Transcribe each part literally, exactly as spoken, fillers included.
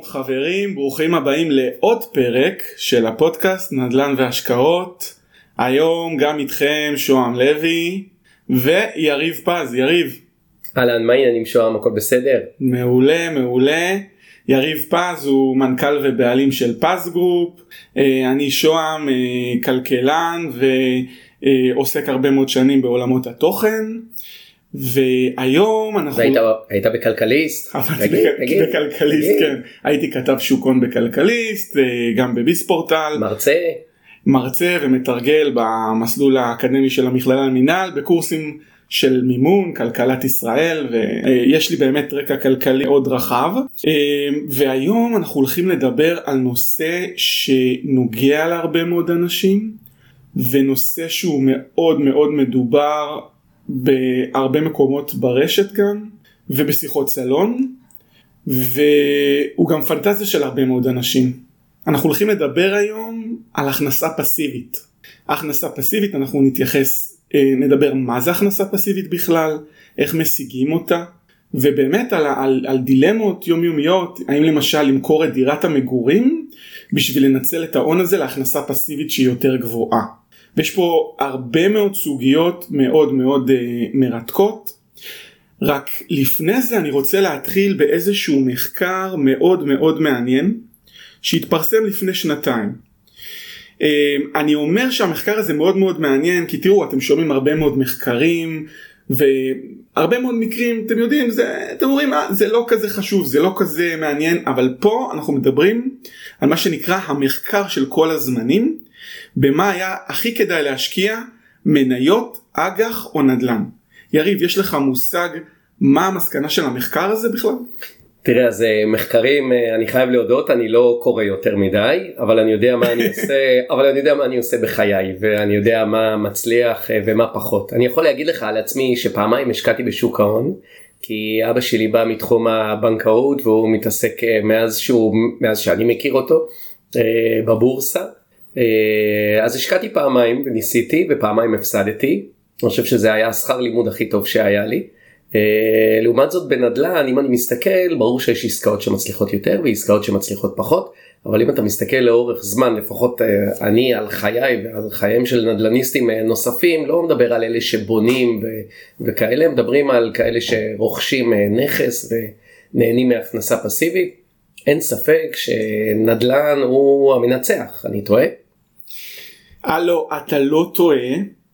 חברים, ברוכים הבאים לעוד פרק של הפודקאסט נדל"ן והשקעות. היום גם איתכם שוהם לוי ויריב פז. יריב. אהלן, מה העניינים שוהם? הכל בסדר? מעולה, מעולה. יריב פז הוא מנכ"ל ובעלים של פז גרופ. אני שוהם, כלכלן ועוסק הרבה מאוד שנים בעולמות התוכן. והיום אנחנו... והיית, היית בכלכליסט? עבדתי בכלכליסט, כן. הייתי כתב שוק הון בכלכליסט, גם בביספורטל. מרצה? מרצה ומתרגל במסלול האקדמי של המכללה למינהל, בקורסים של מימון, כלכלת ישראל, ויש לי באמת רקע כלכלי עוד רחב. והיום אנחנו הולכים לדבר על נושא שנוגע להרבה מאוד אנשים, ונושא שהוא מאוד מאוד מדובר בהרבה מקומות ברשת גם, ובשיחות סלון, והוא גם פנטזיה של הרבה מאוד אנשים. אנחנו הולכים לדבר היום על הכנסה פסיבית. הכנסה פסיבית, אנחנו נתייחס, נדבר מה זה הכנסה פסיבית בכלל, איך משיגים אותה, ובאמת על, על, על דילמות יומיומיות, האם למשל למכור את דירת המגורים, בשביל לנצל את ההון הזה להכנסה פסיבית שהיא יותר גבוהה. ויש פה הרבה מאוד סוגיות מאוד מאוד uh, מרתקות. רק לפני זה אני רוצה להתחיל באיזשהו מחקר מאוד מאוד מעניין שהתפרסם לפני שנתיים. Uh, אני אומר שהמחקר הזה מאוד מאוד מעניין, כי תראו, אתם שומעים הרבה מאוד מחקרים והרבה מאוד מקרים, אתם יודעים, זה, אתם אומרים, אה, זה לא כזה חשוב, זה לא כזה מעניין, אבל פה אנחנו מדברים על מה שנקרא המחקר של כל הזמנים, במה היה הכי כדאי להשקיע, מניות, אג"ח או נדל"ן. יריב, יש לך מושג מה המסקנה של המחקר הזה בכלל? תראה, אז מחקרים, אני חייב להודות, אני לא קורא יותר מדי, אבל אני יודע מה אני עושה, אבל אני יודע מה אני עושה בחיי, ואני יודע מה מצליח ומה פחות. אני יכול להגיד לך על עצמי שפעמיים השקעתי בשוק ההון, כי אבא שלי בא מתחום הבנקאות, והוא מתעסק מאז שהוא, מאז שאני מכיר אותו, בבורסה. אז השקעתי פעמיים וניסיתי ופעמיים הפסדתי. אני חושב שזה היה השכר לימוד הכי טוב שהיה לי. לעומת זאת בנדל"ן, אם אני מסתכל, ברור שיש עסקאות שמצליחות יותר ועסקאות שמצליחות פחות, אבל אם אתה מסתכל לאורך זמן, לפחות אני על חיי ועל חייהם של נדל"ניסטים נוספים, לא מדבר על אלה שבונים ו- וכאלה, מדברים על כאלה שרוכשים נכס ונהנים מהכנסה פסיבית. אין ספק שנדל"ן הוא המנצח. אני טועה? הלו, אתה לא טועה.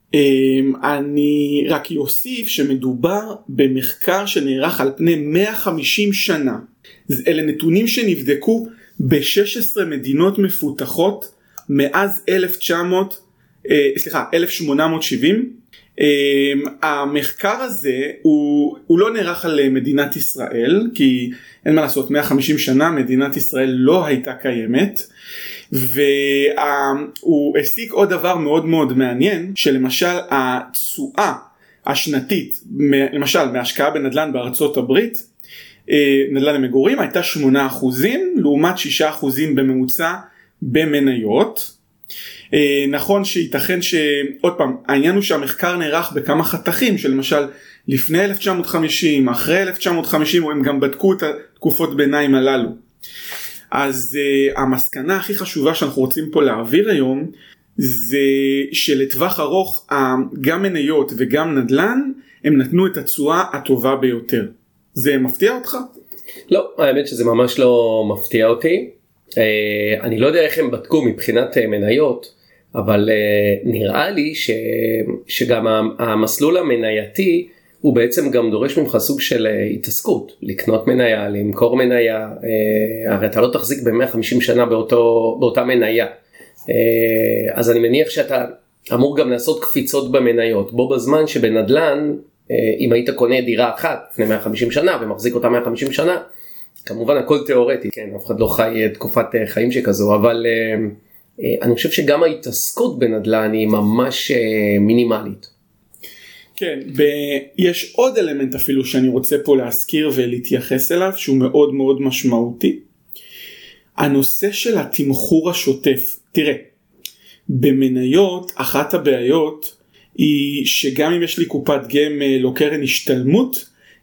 אני רק יוסיף שמדובר במחקר שנערך על פני מאה וחמישים שנה. אלה נתונים שנבדקו ב-שש עשרה מדינות מפותחות מאז אלף תשע מאות, סליחה, אלף שמונה מאות שבעים. המחקר הזה הוא, הוא לא נערך על מדינת ישראל, כי אין מה לעשות, מאה וחמישים שנה מדינת ישראל לא הייתה קיימת, והוא הסיק עוד דבר מאוד מאוד מעניין, שלמשל התשואה השנתית, למשל מהשקעה בנדל"ן בארצות הברית, נדל"ן למגורים הייתה שמונה אחוזים, לעומת שישה אחוזים בממוצע במניות. נכון שייתכן שעוד פעם, העניין הוא שהמחקר נערך בכמה חתכים, שלמשל לפני אלף תשע מאות חמישים, אחרי אלף תשע מאות חמישים, הם גם בדקו את התקופות ביניים הללו. אז uh, המסקנה הכי חשובה שאנחנו רוצים פה להעביר היום, זה שלטווח ארוך, גם מניות וגם נדל"ן, הם נתנו את התשואה הטובה ביותר. זה מפתיע אותך? לא, האמת שזה ממש לא מפתיע אותי. Uh, אני לא יודע איך הם בדקו מבחינת uh, מניות, אבל uh, נראה לי ש, שגם המסלול המנייתי, הוא בעצם גם דורש ממך סוג של התעסקות, לקנות מניה, למכור מניה, הרי אתה לא תחזיק ב-מאה וחמישים שנה באותו, באותה מניה. אז אני מניח שאתה אמור גם לעשות קפיצות במניות, בו בזמן שבנדל"ן, אם היית קונה דירה אחת לפני מאה וחמישים שנה ומחזיק אותה מאה וחמישים שנה, כמובן הכל תיאורטי, כן, אף אחד לא חי תקופת חיים שכזו, אבל אני חושב שגם ההתעסקות בנדל"ן היא ממש מינימלית. כן, יש עוד אלמנט אפילו שאני רוצה פה להזכיר ולהתייחס אליו, שהוא מאוד מאוד משמעותי. הנושא של התמחור השוטף. תראה, במניות, אחת הבעיות היא שגם אם יש לי קופת גמל או קרן השתלמות,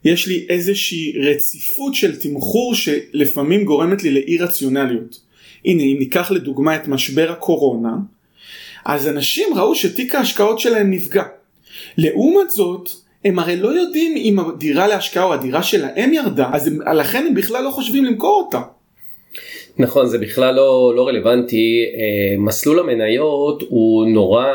יש לי איזושהי רציפות של תמחור שלפעמים גורמת לי לאי רציונליות. הנה, אם ניקח לדוגמה את משבר הקורונה, אז אנשים ראו שתיק ההשקעות שלהם נפגע. לעומת זאת, הם הרי לא יודעים אם הדירה להשקעה או הדירה שלהם ירדה, אז הם, לכן הם בכלל לא חושבים למכור אותה. נכון, זה בכלל לא, לא רלוונטי. מסלול המניות הוא נורא,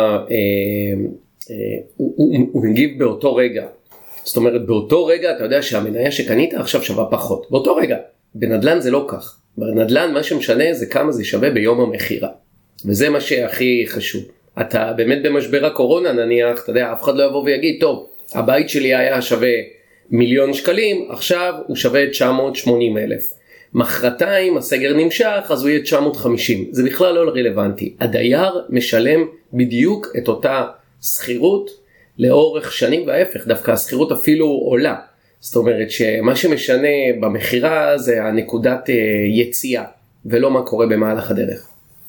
הוא, הוא, הוא מגיב באותו רגע. זאת אומרת, באותו רגע אתה יודע שהמניה שקנית עכשיו שווה פחות. באותו רגע. בנדל"ן זה לא כך. בנדל"ן מה שמשנה זה כמה זה שווה ביום המחירה. וזה מה שהכי חשוב. אתה באמת במשבר הקורונה נניח, אתה יודע, אף אחד לא יבוא ויגיד, טוב, הבית שלי היה שווה מיליון שקלים, עכשיו הוא שווה תשע מאות ושמונים אלף. מחרתיים הסגר נמשך, אז הוא יהיה תשע מאות וחמישים. זה בכלל לא רלוונטי. הדייר משלם בדיוק את אותה שכירות לאורך שנים, וההפך, דווקא השכירות אפילו עולה. זאת אומרת שמה שמשנה במחירה זה הנקודת יציאה, ולא מה קורה במהלך הדרך.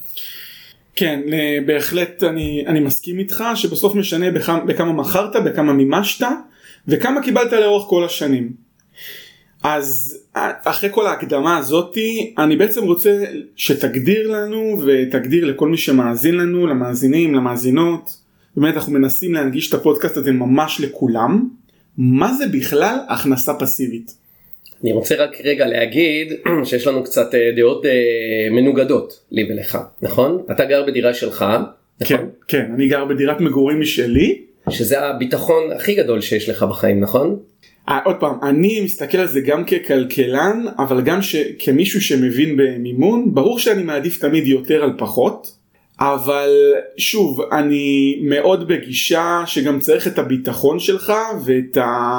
כן, בהחלט אני, אני מסכים איתך שבסוף משנה בכמה, בכמה מכרת, בכמה מימשת, וכמה קיבלת לאורך כל השנים. אז אחרי כל ההקדמה הזאת, אני בעצם רוצה שתגדיר לנו ותגדיר לכל מי שמאזין לנו, למאזינים, למאזינות, באמת אנחנו מנסים להנגיש את הפודקאסט הזה ממש לכולם. מה זה בכלל הכנסה פסיבית? אני רוצה רק רגע להגיד שיש לנו קצת דעות מנוגדות לי ולך, נכון? אתה גר בדירה שלך, נכון? כן, כן, אני גר בדירת מגורים משלי. שזה הביטחון הכי גדול שיש לך בחיים, נכון? עוד פעם, אני מסתכל על זה גם ככלכלן, אבל גם ש... כמישהו שמבין במימון. ברור שאני מעדיף תמיד יותר על פחות, אבל שוב, אני מאוד בגישה שגם צריך את הביטחון שלך ואת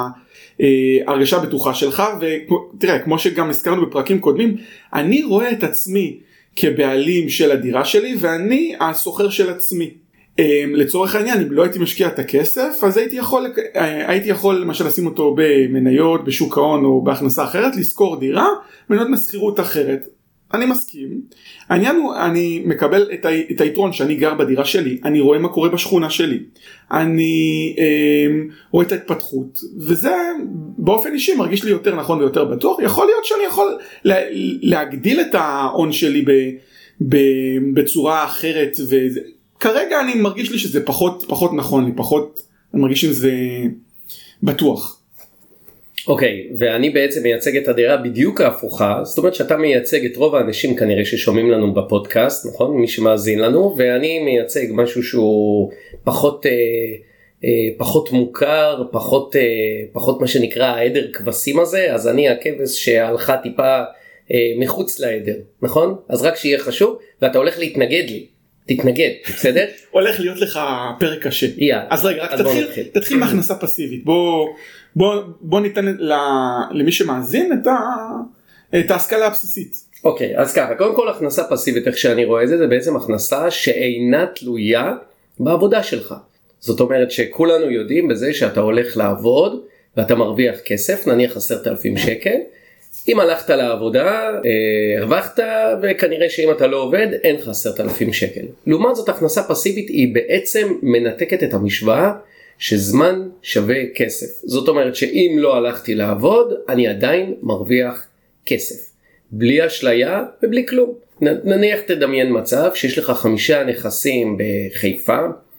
ההרגשה בטוחה שלך. ותראה, כמו שגם הזכרנו בפרקים קודמים, אני רואה את עצמי כבעלים של הדירה שלי, ואני הסוחר של עצמי. לצורך העניין, אם לא הייתי משקיע את הכסף, אז הייתי יכול, הייתי יכול למשל לשים אותו במניות, בשוק ההון או בהכנסה אחרת, לשכור דירה, מניות מסחירות אחרת. אני מסכים. העניין הוא, אני מקבל את, ה, את היתרון שאני גר בדירה שלי, אני רואה מה קורה בשכונה שלי, אני אה, רואה את ההתפתחות, וזה באופן אישי מרגיש לי יותר נכון ויותר בטוח. יכול להיות שאני יכול לה, להגדיל את ההון שלי ב, ב, בצורה אחרת, וזה, כרגע אני מרגיש לי שזה פחות, פחות נכון לי, פחות, אני מרגיש שזה בטוח. אוקיי, okay, ואני בעצם מייצג את הדירה בדיוק ההפוכה, זאת אומרת שאתה מייצג את רוב האנשים כנראה ששומעים לנו בפודקאסט, נכון? מי שמאזין לנו, ואני מייצג משהו שהוא פחות, אה, אה, פחות מוכר, פחות, אה, פחות מה שנקרא העדר כבשים הזה, אז אני הכבש שהלכה טיפה אה, מחוץ לעדר, נכון? אז רק שיהיה חשוב, ואתה הולך להתנגד לי. תתנגד, בסדר? הולך להיות לך פרק קשה. יאללה. אז רגע, רק תתחיל, תתחיל מהכנסה פסיבית. בוא, בוא, בוא ניתן למי שמאזין את ה, את ההשכלה הבסיסית. אוקיי, אז ככה, קודם כל הכנסה פסיבית, איך שאני רואה את זה, זה בעצם הכנסה שאינה תלויה בעבודה שלך. זאת אומרת שכולנו יודעים בזה שאתה הולך לעבוד, ואתה מרוויח כסף, נניח עשרת אלפים שקל, אם הלכת לעבודה, הרווחת, וכנראה שאם אתה לא עובד, אין לך עשרת אלפים שקל. לעומת זאת, הכנסה פסיבית היא בעצם מנתקת את המשוואה שזמן שווה כסף. זאת אומרת שאם לא הלכתי לעבוד, אני עדיין מרוויח כסף. בלי אשליה ובלי כלום. נניח תדמיין מצב שיש לך חמישה נכסים בחיפה,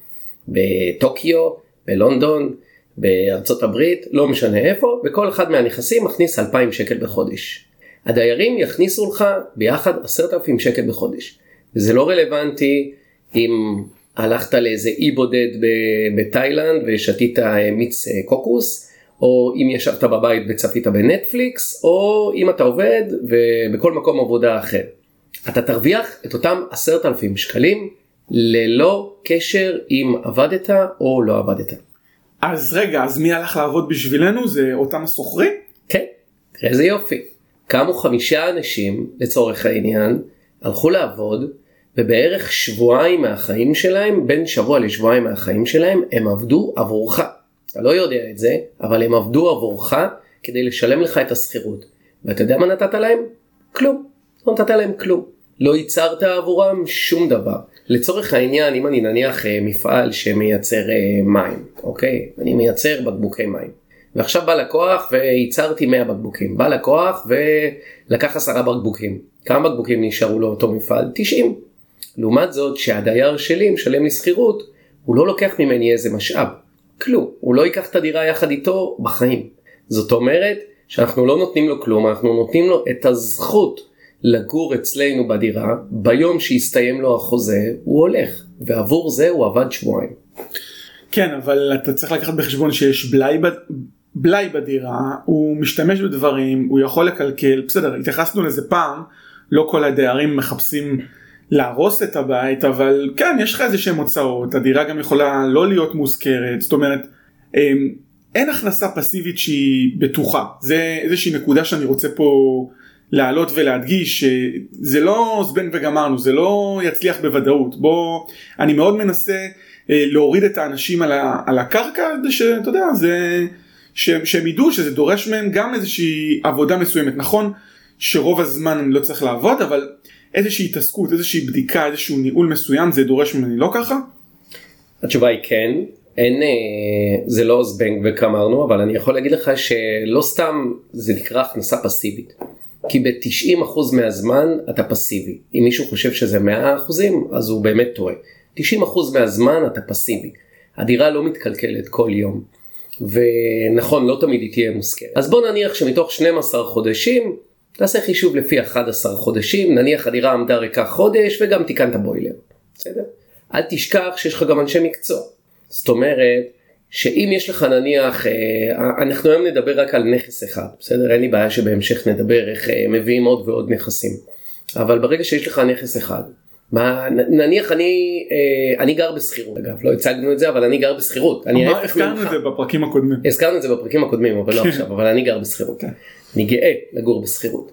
בטוקיו, בלונדון, בארצות הברית, לא משנה איפה, וכל אחד מהנכסים מכניס אלפיים שקל בחודש. הדיירים יכניסו לך ביחד עשרת אלפים שקל בחודש. וזה לא רלוונטי אם הלכת לאיזה אי בודד בתאילנד ושתית מיץ קוקוס, או אם ישבת בבית וצפית בנטפליקס, או אם אתה עובד ובכל מקום עבודה אחר. אתה תרוויח את אותם עשרת אלפים שקלים ללא קשר אם עבדת או לא עבדת. אז רגע, אז מי הלך לעבוד בשבילנו? זה אותם הסוחרים? כן, תראה איזה יופי. קמו חמישה אנשים, לצורך העניין, הלכו לעבוד, ובערך שבועיים מהחיים שלהם, בין שבוע לשבועיים מהחיים שלהם, הם עבדו עבורך. אתה לא יודע את זה, אבל הם עבדו עבורך כדי לשלם לך את השכירות. ואתה יודע מה נתת להם? כלום. לא נתת להם כלום. לא ייצרת עבורם שום דבר. לצורך העניין, אם אני נניח מפעל שמייצר מים, אוקיי? אני מייצר בקבוקי מים. ועכשיו בא לקוח וייצרתי מאה בקבוקים, בא לקוח ולקח עשרה בקבוקים, כמה בקבוקים נשארו לו אותו מפעל? תשעים. לעומת זאת שהדייר שלי משלם לי שכירות, הוא לא לוקח ממני איזה משאב, כלום, הוא לא ייקח את הדירה יחד איתו בחיים. זאת אומרת שאנחנו לא נותנים לו כלום, אנחנו נותנים לו את הזכות לגור אצלנו בדירה, ביום שיסתיים לו החוזה הוא הולך, ועבור זה הוא עבד שבועיים. כן, אבל אתה צריך לקחת בחשבון שיש בלי, בלי בדירה, הוא משתמש בדברים, הוא יכול לקלקל, בסדר, התייחסנו לזה פעם, לא כל הדיירים מחפשים להרוס את הבית, אבל כן, יש לך איזה שהם הוצאות, הדירה גם יכולה לא להיות מוזכרת, זאת אומרת, אין הכנסה פסיבית שהיא בטוחה, זה איזושהי נקודה שאני רוצה פה להעלות ולהדגיש, שזה לא זבנג וגמרנו, זה לא יצליח בוודאות, בוא, אני מאוד מנסה להוריד את האנשים על, ה, על הקרקע, שאתה יודע, זה, ש, שהם ידעו שזה דורש מהם גם איזושהי עבודה מסוימת, נכון שרוב הזמן אני לא צריך לעבוד, אבל איזושהי התעסקות, איזושהי בדיקה, איזשהו ניהול מסוים, זה דורש ממני לא ככה? התשובה היא כן, אין, זה לא זבנג וגמרנו, אבל אני יכול להגיד לך שלא סתם זה נקרא הכנסה פסיבית, כי ב-תשעים אחוז מהזמן אתה פסיבי, אם מישהו חושב שזה מאה אחוזים, אז הוא באמת טועה. תשעים אחוז מהזמן אתה פסיבי, הדירה לא מתקלקלת כל יום, ונכון, לא תמיד היא תהיה מוזכרת. אז בוא נניח שמתוך שנים עשר חודשים, תעשה חישוב לפי אחד עשר חודשים, נניח הדירה עמדה ריקה חודש, וגם תיקן את הבוילר, בסדר? אל תשכח שיש לך גם אנשי מקצוע, זאת אומרת, שאם יש לך נניח, אנחנו היום נדבר רק על נכס אחד, בסדר? אין לי בעיה שבהמשך נדבר איך מביאים עוד ועוד נכסים, אבל ברגע שיש לך נכס אחד, מה, נניח אני, אני גר בסחירות, אגב, לא הצגנו את זה, אבל אני גר בסחירות. הזכרנו את זה בפרקים הקודמים. הזכרנו את זה בפרקים הקודמים, אבל לא עכשיו, אבל אני גר בסחירות. אני גאה לגור בסחירות.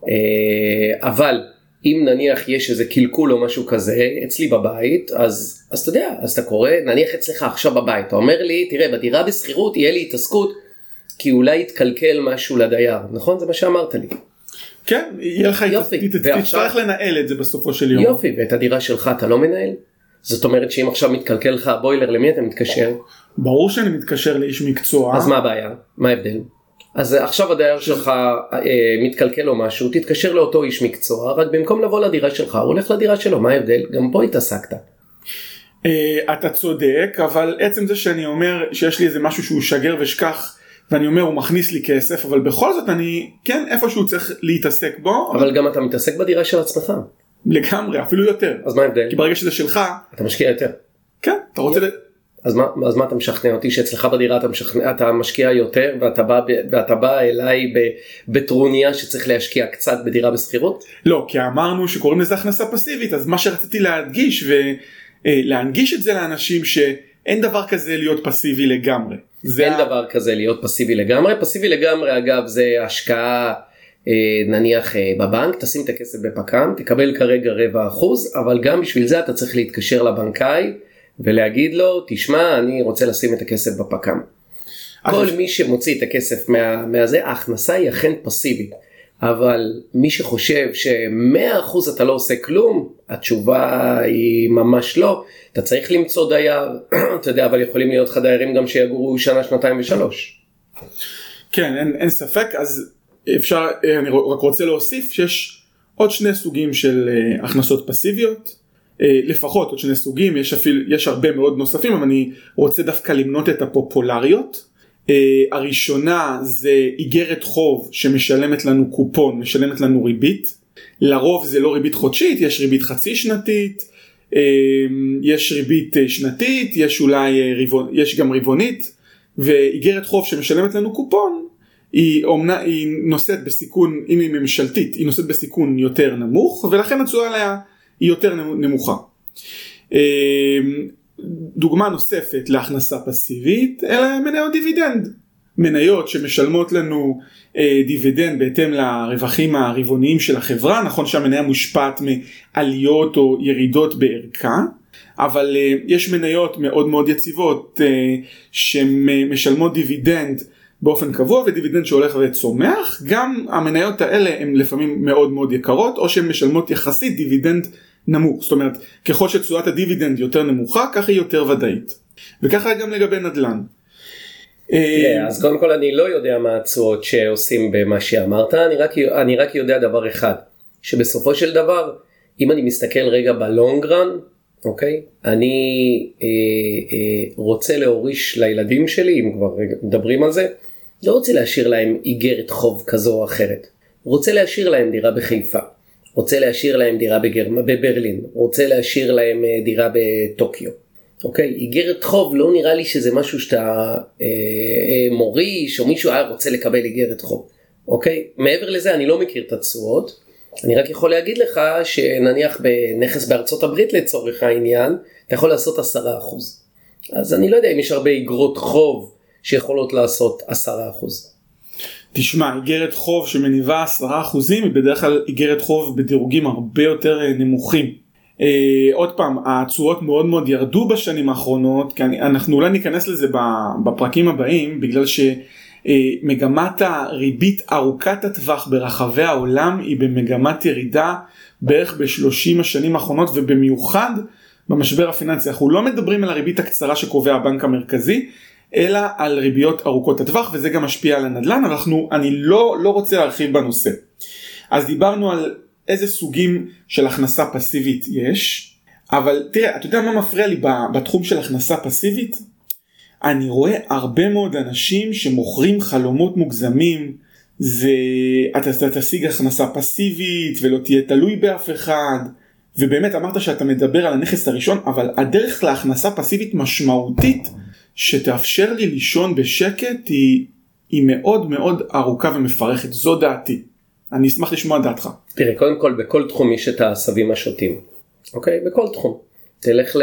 אבל אם נניח יש איזה קלקול או משהו כזה אצלי בבית, אז, אז אתה יודע, אז אתה קורא, נניח אצלך עכשיו בבית, אתה אומר לי, תראה, בדירה בסחירות יהיה לי התעסקות, כי אולי יתקלקל משהו לדייר, נכון? זה מה שאמרת לי. כן, יהיה לך תצטרך לנהל את זה בסופו של יום. יופי, ואת הדירה שלך אתה לא מנהל? זאת אומרת שאם עכשיו מתקלקל לך הבוילר, למי אתה מתקשר? ברור שאני מתקשר לאיש מקצוע. אז מה הבעיה? מה ההבדל? אז עכשיו הדייר שלך אה, מתקלקל או משהו, תתקשר לאותו איש מקצוע, רק במקום לבוא לדירה שלך, הוא הולך לדירה שלו, מה ההבדל? גם פה התעסקת. אה, אתה צודק, אבל עצם זה שאני אומר שיש לי איזה משהו שהוא שגר ושכח, ואני אומר הוא מכניס לי כסף, אבל בכל זאת אני כן איפשהו צריך להתעסק בו. אבל גם אתה מתעסק בדירה של עצמך. לגמרי, אפילו יותר. אז מה ההבדל? כי ברגע שזה שלך אתה משקיע יותר. כן, אתה רוצה... אז מה, אז מה אתה משכנע אותי שאצלך בדירה אתה, משכנע, אתה משקיע יותר ואתה בא, ואתה בא אליי בטרוניה שצריך להשקיע קצת בדירה בסחירות? לא, כי אמרנו שקוראים לזה הכנסה פסיבית, אז מה שרציתי להדגיש ולהנגיש את זה לאנשים שאין דבר כזה להיות פסיבי לגמרי. אין ה... דבר כזה להיות פסיבי לגמרי, פסיבי לגמרי אגב זה השקעה נניח בבנק, תשים את הכסף בפקם, תקבל כרגע רבע אחוז, אבל גם בשביל זה אתה צריך להתקשר לבנקאי, ולהגיד לו, תשמע, אני רוצה לשים את הכסף בפקם. כל מי שמוציא את הכסף מה, מהזה, ההכנסה היא אכן פסיבית. אבל מי שחושב ש-מאה אחוז אתה לא עושה כלום, התשובה היא ממש לא. אתה צריך למצוא דייר, אתה יודע, אבל יכולים להיות לך דיירים גם שיגורו שנה, שנתיים ושלוש. כן, אין, אין ספק. אז אפשר, אני רק רוצה להוסיף שיש עוד שני סוגים של הכנסות פסיביות. לפחות עוד שני סוגים, יש אפילו, יש הרבה מאוד נוספים, אבל אני רוצה דווקא למנות את הפופולריות. הראשונה זה איגרת חוב שמשלמת לנו קופון, משלמת לנו ריבית. לרוב זה לא ריבית חודשית, יש ריבית חצי שנתית, יש ריבית שנתית, יש אולי ריבון, יש גם רבעונית, ואיגרת חוב שמשלמת לנו קופון, היא, אומנה, היא נושאת בסיכון, אם היא ממשלתית, היא נושאת בסיכון יותר נמוך, ולכן התשואה עליה היא יותר נמוכה. דוגמה נוספת להכנסה פסיבית, אלה מניות דיבידנד. מניות שמשלמות לנו דיבידנד בהתאם לרווחים הרבעוניים של החברה, נכון שהמניה מושפעת מעליות או ירידות בערכה, אבל יש מניות מאוד מאוד יציבות שמשלמות דיבידנד באופן קבוע ודיבידנד שהולך וצומח. גם המניות האלה הן לפעמים מאוד מאוד יקרות, או שהן משלמות יחסית דיבידנד נמוך. זאת אומרת, ככל שתשואת הדיבידנד יותר נמוכה, כך היא יותר ודאית. וככה גם לגבי נדל"ן. תראה, אז קודם כל אני לא יודע מה התשואות שעושים במה שאמרת, אני רק, אני רק יודע דבר אחד, שבסופו של דבר, אם אני מסתכל רגע בלונגרן, אוקיי? אני אה, אה, רוצה להוריש לילדים שלי, אם כבר מדברים על זה, לא רוצה להשאיר להם איגרת חוב כזו או אחרת. רוצה להשאיר להם דירה בחיפה, רוצה להשאיר להם דירה בגרמ... בברלין, רוצה להשאיר להם דירה בטוקיו. אוקיי? איגרת חוב לא נראה לי שזה משהו שאתה אה, אה, מוריש, או מישהו היה רוצה לקבל איגרת חוב. אוקיי? מעבר לזה אני לא מכיר את התשואות, אני רק יכול להגיד לך שנניח בנכס בארצות הברית לצורך העניין, אתה יכול לעשות עשרה אחוז. אז אני לא יודע אם יש הרבה איגרות חוב שיכולות לעשות עשרה אחוז. תשמע, איגרת חוב שמניבה עשרה אחוזים היא בדרך כלל איגרת חוב בדירוגים הרבה יותר נמוכים. אה, עוד פעם, התשואות מאוד מאוד ירדו בשנים האחרונות, כי אני, אנחנו אולי ניכנס לזה בפרקים הבאים, בגלל ש... מגמת הריבית ארוכת הטווח ברחבי העולם היא במגמת ירידה בערך בשלושים השנים האחרונות, ובמיוחד במשבר הפיננסי. אנחנו לא מדברים על הריבית הקצרה שקובע הבנק המרכזי, אלא על ריביות ארוכות הטווח, וזה גם משפיע על הנדל"ן. אנחנו, אני לא, לא רוצה להרחיב בנושא. אז דיברנו על איזה סוגים של הכנסה פסיבית יש, אבל תראה, אתה יודע מה מפריע לי בתחום של הכנסה פסיבית? אני רואה הרבה מאוד אנשים שמוכרים חלומות מוגזמים, זה אתה, אתה תשיג הכנסה פסיבית ולא תהיה תלוי באף אחד, ובאמת אמרת שאתה מדבר על הנכס הראשון, אבל הדרך להכנסה פסיבית משמעותית שתאפשר לי לישון בשקט היא, היא מאוד מאוד ארוכה ומפרכת, זו דעתי. אני אשמח לשמוע דעתך. תראה, קודם כל בכל תחום יש את העשבים השוטים, אוקיי? בכל תחום. תלך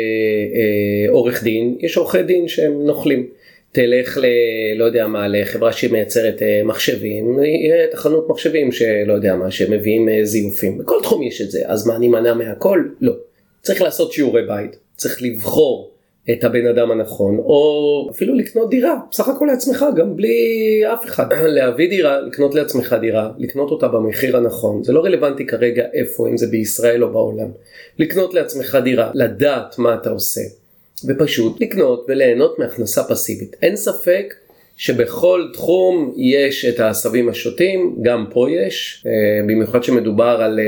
לעורך דין, יש עורכי דין שהם נוכלים. תלך ל... לא יודע מה, לחברה שמייצרת מחשבים, יהיה תחנות מחשבים שלא יודע מה, שמביאים זיופים. בכל תחום יש את זה. אז מה, אני מנע מהכל? לא. צריך לעשות שיעורי בית. צריך לבחור את הבן אדם הנכון, או אפילו לקנות דירה, בסך הכל לעצמך, גם בלי אף אחד. להביא דירה, לקנות לעצמך דירה, לקנות אותה במחיר הנכון. זה לא רלוונטי כרגע איפה, אם זה בישראל או בעולם. לקנות לעצמך דירה, לדעת מה אתה עושה, ופשוט לקנות וליהנות מהכנסה פסיבית. אין ספק שבכל תחום יש את העשבים השוטים, גם פה יש, במיוחד שמדובר על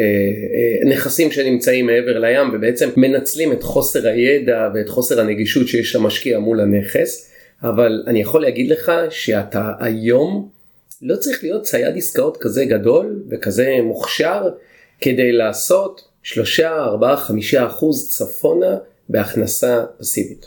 נכסים שנמצאים מעבר לים, ובעצם מנצלים את חוסר הידע ואת חוסר הנגישות שיש למשקיע מול הנכס. אבל אני יכול להגיד לך שאתה היום לא צריך להיות צייד עסקאות כזה גדול וכזה מוכשר, כדי לעשות שלושה, ארבעה, חמישה אחוז צפונה בהכנסה פסיבית.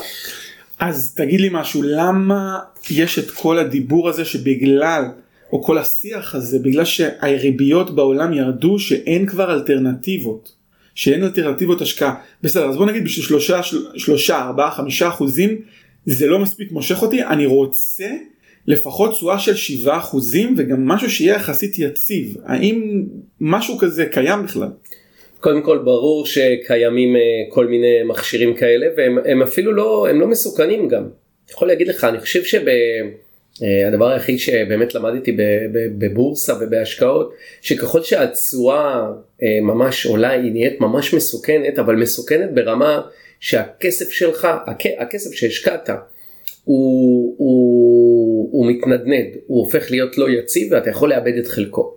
אז תגיד לי משהו, למה יש את כל הדיבור הזה שבגלל, או כל השיח הזה, בגלל שהריביות בעולם ירדו, שאין כבר אלטרנטיבות, שאין אלטרנטיבות השקעה. בסדר, אז בוא נגיד בשביל שלושה, שלושה, ארבעה, חמישה אחוזים, זה לא מספיק מושך אותי, אני רוצה לפחות תשואה של שבעה אחוזים, וגם משהו שיהיה יחסית יציב. האם משהו כזה קיים בכלל? קודם כל ברור שקיימים כל מיני מכשירים כאלה, והם הם אפילו לא, הם לא מסוכנים גם. אני יכול להגיד לך, אני חושב שהדבר היחיד שבאמת למדתי בבורסה ובהשקעות, שככל שהתשואה ממש עולה, היא נהיית ממש מסוכנת, אבל מסוכנת ברמה שהכסף שלך, הכסף שהשקעת, הוא, הוא, הוא מתנדנד, הוא הופך להיות לא יציב, ואתה יכול לאבד את חלקו.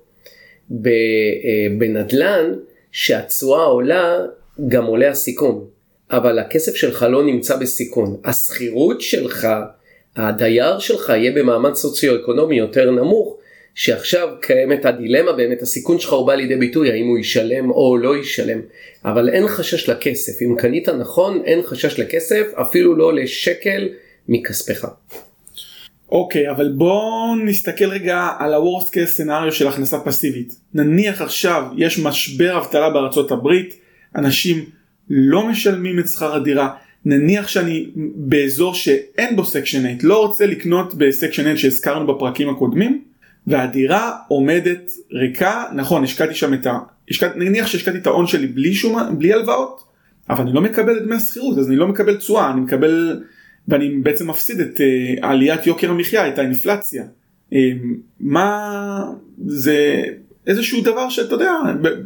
בנדלן, שהתשואה עולה, גם עולה הסיכון, אבל הכסף שלך לא נמצא בסיכון. הסחירות שלך, הדייר שלך יהיה במעמד סוציו-אקונומי יותר נמוך, שעכשיו קיימת הדילמה, באמת הסיכון שלך הוא בא לידי ביטוי, האם הוא ישלם או לא ישלם, אבל אין חשש לכסף. אם קנית נכון, אין חשש לכסף, אפילו לא לשקל מכספך. אוקיי, okay, אבל בואו נסתכל רגע על ה-worst case scenario של הכנסה פסיבית. נניח עכשיו יש משבר אבטלה בארצות הברית, אנשים לא משלמים את שכר הדירה, נניח שאני באזור שאין בו סקשן שמונה, לא רוצה לקנות בסקשן שמונה שהזכרנו בפרקים הקודמים, והדירה עומדת ריקה, נכון, השקעתי שם את ה... השקע... נניח שהשקעתי את ההון שלי בלי שום... בלי הלוואות, אבל אני לא מקבל את דמי השכירות, אז אני לא מקבל תשואה, אני מקבל... ואני בעצם מפסיד את uh, עליית יוקר המחיה, את האינפלציה. Um, מה זה איזשהו דבר שאתה יודע,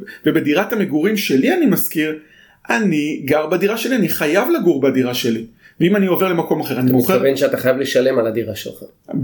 ובדירת המגורים שלי אני מזכיר, אני גר בדירה שלי, אני חייב לגור בדירה שלי. ואם אני עובר למקום אחר, אני מוכר... אתה מתכוון שאתה חייב לשלם על הדירה שלך.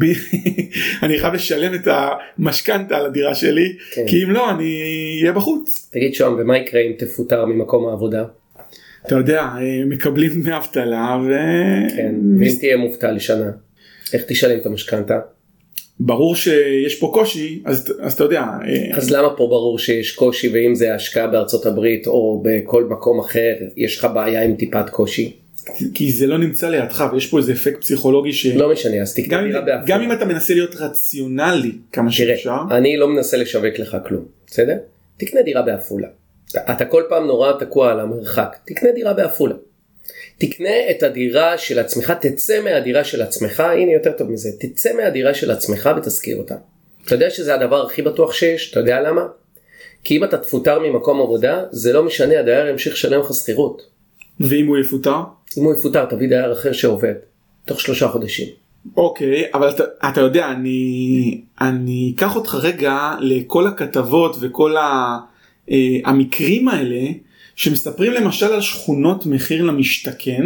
אני חייב לשלם את המשכנתה על הדירה שלי, כן. כי אם לא, אני אהיה בחוץ. תגיד שום, ומה יקרה אם תפוטר ממקום העבודה? אתה יודע, מקבלים דמי אבטלה ו... כן, ואם תהיה מובטל לשנה, איך תשלם את המשכנתה? ברור שיש פה קושי, אז, אז אתה יודע... אז למה פה ברור שיש קושי, ואם זה השקעה בארצות הברית או בכל מקום אחר, יש לך בעיה עם טיפת קושי? כי זה לא נמצא לידך, ויש פה איזה אפקט פסיכולוגי ש... לא משנה, אז תקנה דירה באפולה. גם אם אתה מנסה להיות רציונלי כמה שאפשר. תראה, אני לא מנסה לשווק לך כלום, בסדר? תקנה דירה באפולה. אתה כל פעם נורא תקוע על המרחק, תקנה דירה באפולה. תקנה את הדירה של עצמך, תצא מהדירה של עצמך, הנה יותר טוב מזה, תצא מהדירה של עצמך ותזכיר אותה. אתה יודע שזה הדבר הכי בטוח שיש, אתה יודע למה? כי אם אתה תפוטר ממקום עבודה, זה לא משנה, הדייר ימשיך לשלם לך שכירות. ואם הוא יפוטר? אם הוא יפוטר, תביא דייר אחר שעובד, תוך שלושה חודשים. אוקיי, אבל אתה, אתה יודע, אני, אני אקח אותך רגע לכל הכתבות וכל ה, אה, המקרים האלה, שמספרים למשל על שכונות מחיר למשתכן,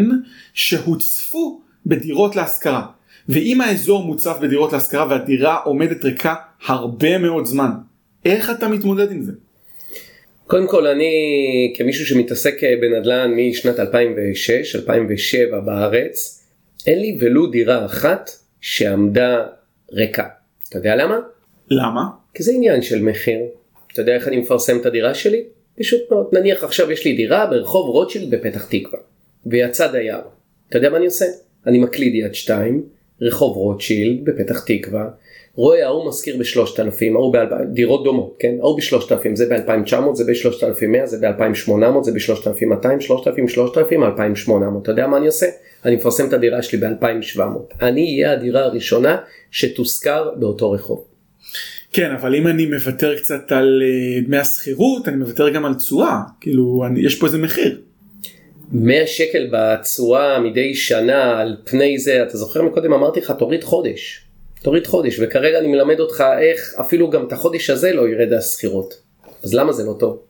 שהוצפו בדירות להשכרה. ואם האזור מוצף בדירות להשכרה והדירה עומדת ריקה הרבה מאוד זמן, איך אתה מתמודד עם זה? קודם כל, אני כמישהו שמתעסק בנדל"ן משנת אלפיים ושש אלפיים ושבע בארץ, אין לי ולו דירה אחת שעמדה ריקה. אתה יודע למה? למה? כי זה עניין של מחיר. אתה יודע איך אני מפרסם את הדירה שלי? פשוט מאוד. נניח עכשיו יש לי דירה ברחוב רוטשילד בפתח תקווה, ויצא דייר. אתה יודע מה אני עושה? אני מקליד יד שתיים, רחוב רוטשילד בפתח תקווה, רואה ההוא מזכיר בשלושת אלפים, ההוא דירות דומות, כן? ההוא בשלושת אלפים, זה ב-אלפיים ותשע מאות, זה ב-שלושת אלפים ומאה, זה ב-אלפיים ושמונה מאות, זה ב-שלושת אלפים ומאתיים, שלושת אלפים, שלושת אלפים, אלפיים ושמונה מאות. אתה יודע מה אני עושה? אני מפרסם את הדירה שלי ב-אלפיים ושבע מאות. אני אהיה הדירה הראשונה שתוזכר באותו רחוב. כן, אבל אם אני מוותר קצת על דמי השכירות, אני מוותר גם על תשואה. כאילו, אני, יש פה איזה מחיר. מאה שקל בתשואה מדי שנה על פני זה, אתה זוכר מקודם אמרתי לך, תוריד חודש. תוריד חודש, וכרגע אני מלמד אותך איך אפילו גם את החודש הזה לא ירד השכירות. אז למה זה לא טוב?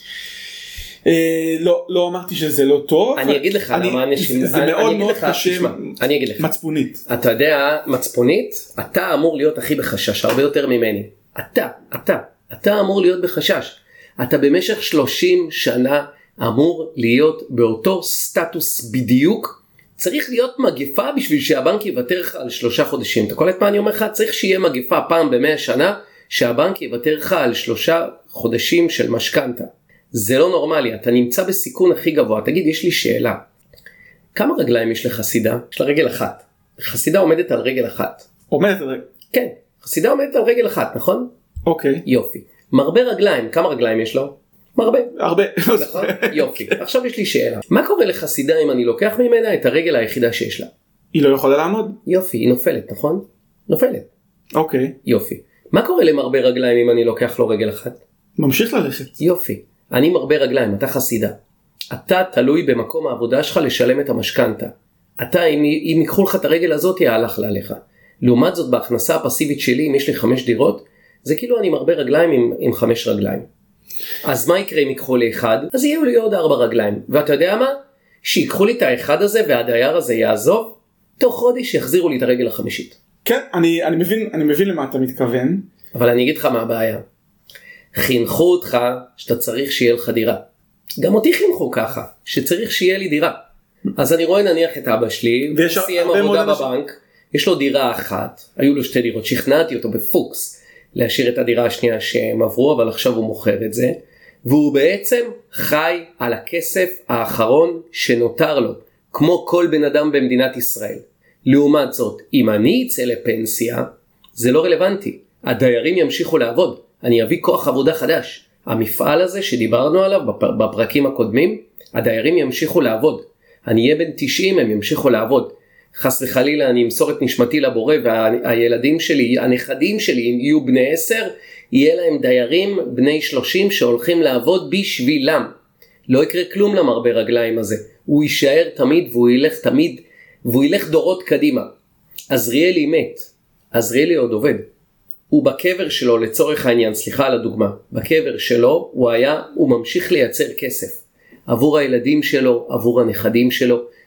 אה, לא, לא אמרתי שזה לא טוב. אני אגיד לך למה אנשים... זה מאוד מאוד קשה אני אגיד לך. מצפונית. אתה יודע, מצפונית, אתה אמור להיות הכי בחשש, הרבה יותר ממני. אתה, אתה, אתה אמור להיות בחשש. אתה במשך שלושים שנה אמור להיות באותו סטטוס בדיוק. צריך להיות מגפה בשביל שהבנק יוותר לך על שלושה חודשים. אתה קולט מה אני אומר לך? צריך שיהיה מגפה פעם במאה שנה, שהבנק יוותר לך על שלושה חודשים של משכנתה. זה לא נורמלי, אתה נמצא בסיכון הכי גבוה. תגיד, יש לי שאלה. כמה רגליים יש לחסידה? יש לה רגל אחת. חסידה עומדת על רגל אחת. עומדת על רגל? כן, חסידה עומדת על רגל אחת, נכון? אוקיי. יופי. מרבה רגליים, כמה רגליים יש לו? מרבה. הרבה. נכון? יופי. עכשיו יש לי שאלה. מה קורה לחסידה אם אני לוקח ממנה את הרגל היחידה שיש לה? היא לא יכולה לעמוד? יופי, היא נופלת, נכון? נופלת. אוקיי. יופי. מה קורה למרבה רגליים אם אני לוקח לו רגל אחת? ממשיך ללכת. יופי. אני מרבה רגליים, אתה חסידה. אתה תלוי במקום העבודה שלך לשלם את המשכנתה. אתה, אם, אם ייקחו לך את הרגל הזאת, יהלך עליך. לעומת זאת, בהכנסה הפסיבית שלי, אם יש לי חמש דירות, זה כאילו אני מרבה רגליים עם, עם חמש רגליים. אז מה יקרה אם ייקחו לי אחד? אז יהיו לי עוד ארבע רגליים. ואתה יודע מה? שיקחו לי את האחד הזה והדייר הזה יעזוב, תוך חודש יחזירו לי את הרגל החמישית. כן, אני, אני מבין, אני מבין למה אתה מתכוון. אבל אני אגיד לך מה הבעיה. חינכו אותך שאתה צריך שיהיה לך דירה. גם אותי חינכו ככה, שצריך שיהיה לי דירה. אז אני רואה נניח את אבא שלי, הוא סיים עבודה בבנק, יש לו דירה אחת, היו לו שתי דירות, שכנעתי אותו בפוקס להשאיר את הדירה השנייה שהם עברו, אבל עכשיו הוא מוכר את זה, והוא בעצם חי על הכסף האחרון שנותר לו, כמו כל בן אדם במדינת ישראל. לעומת זאת, אם אני אצא לפנסיה, זה לא רלוונטי. הדיירים ימשיכו לעבוד. אני אביא כוח עבודה חדש. המפעל הזה שדיברנו עליו בפרקים הקודמים, הדיירים ימשיכו לעבוד. אני אהיה בן תשעים, הם ימשיכו לעבוד. חס וחלילה אני אמסור את נשמתי לבורא, והילדים שלי, הנכדים שלי, יהיו בני עשר, יהיה להם דיירים בני שלושים שהולכים לעבוד בשבילם. לא יקרה כלום למרבה רגליים הזה. הוא יישאר תמיד והוא ילך תמיד, והוא ילך דורות קדימה. עזריאלי מת. עזריאלי עוד עובד. הוא בקבר שלו, לצורך העניין, סליחה על הדוגמה, בקבר שלו הוא היה, הוא ממשיך לייצר כסף. עבור הילדים שלו, עבור הנכדים שלו.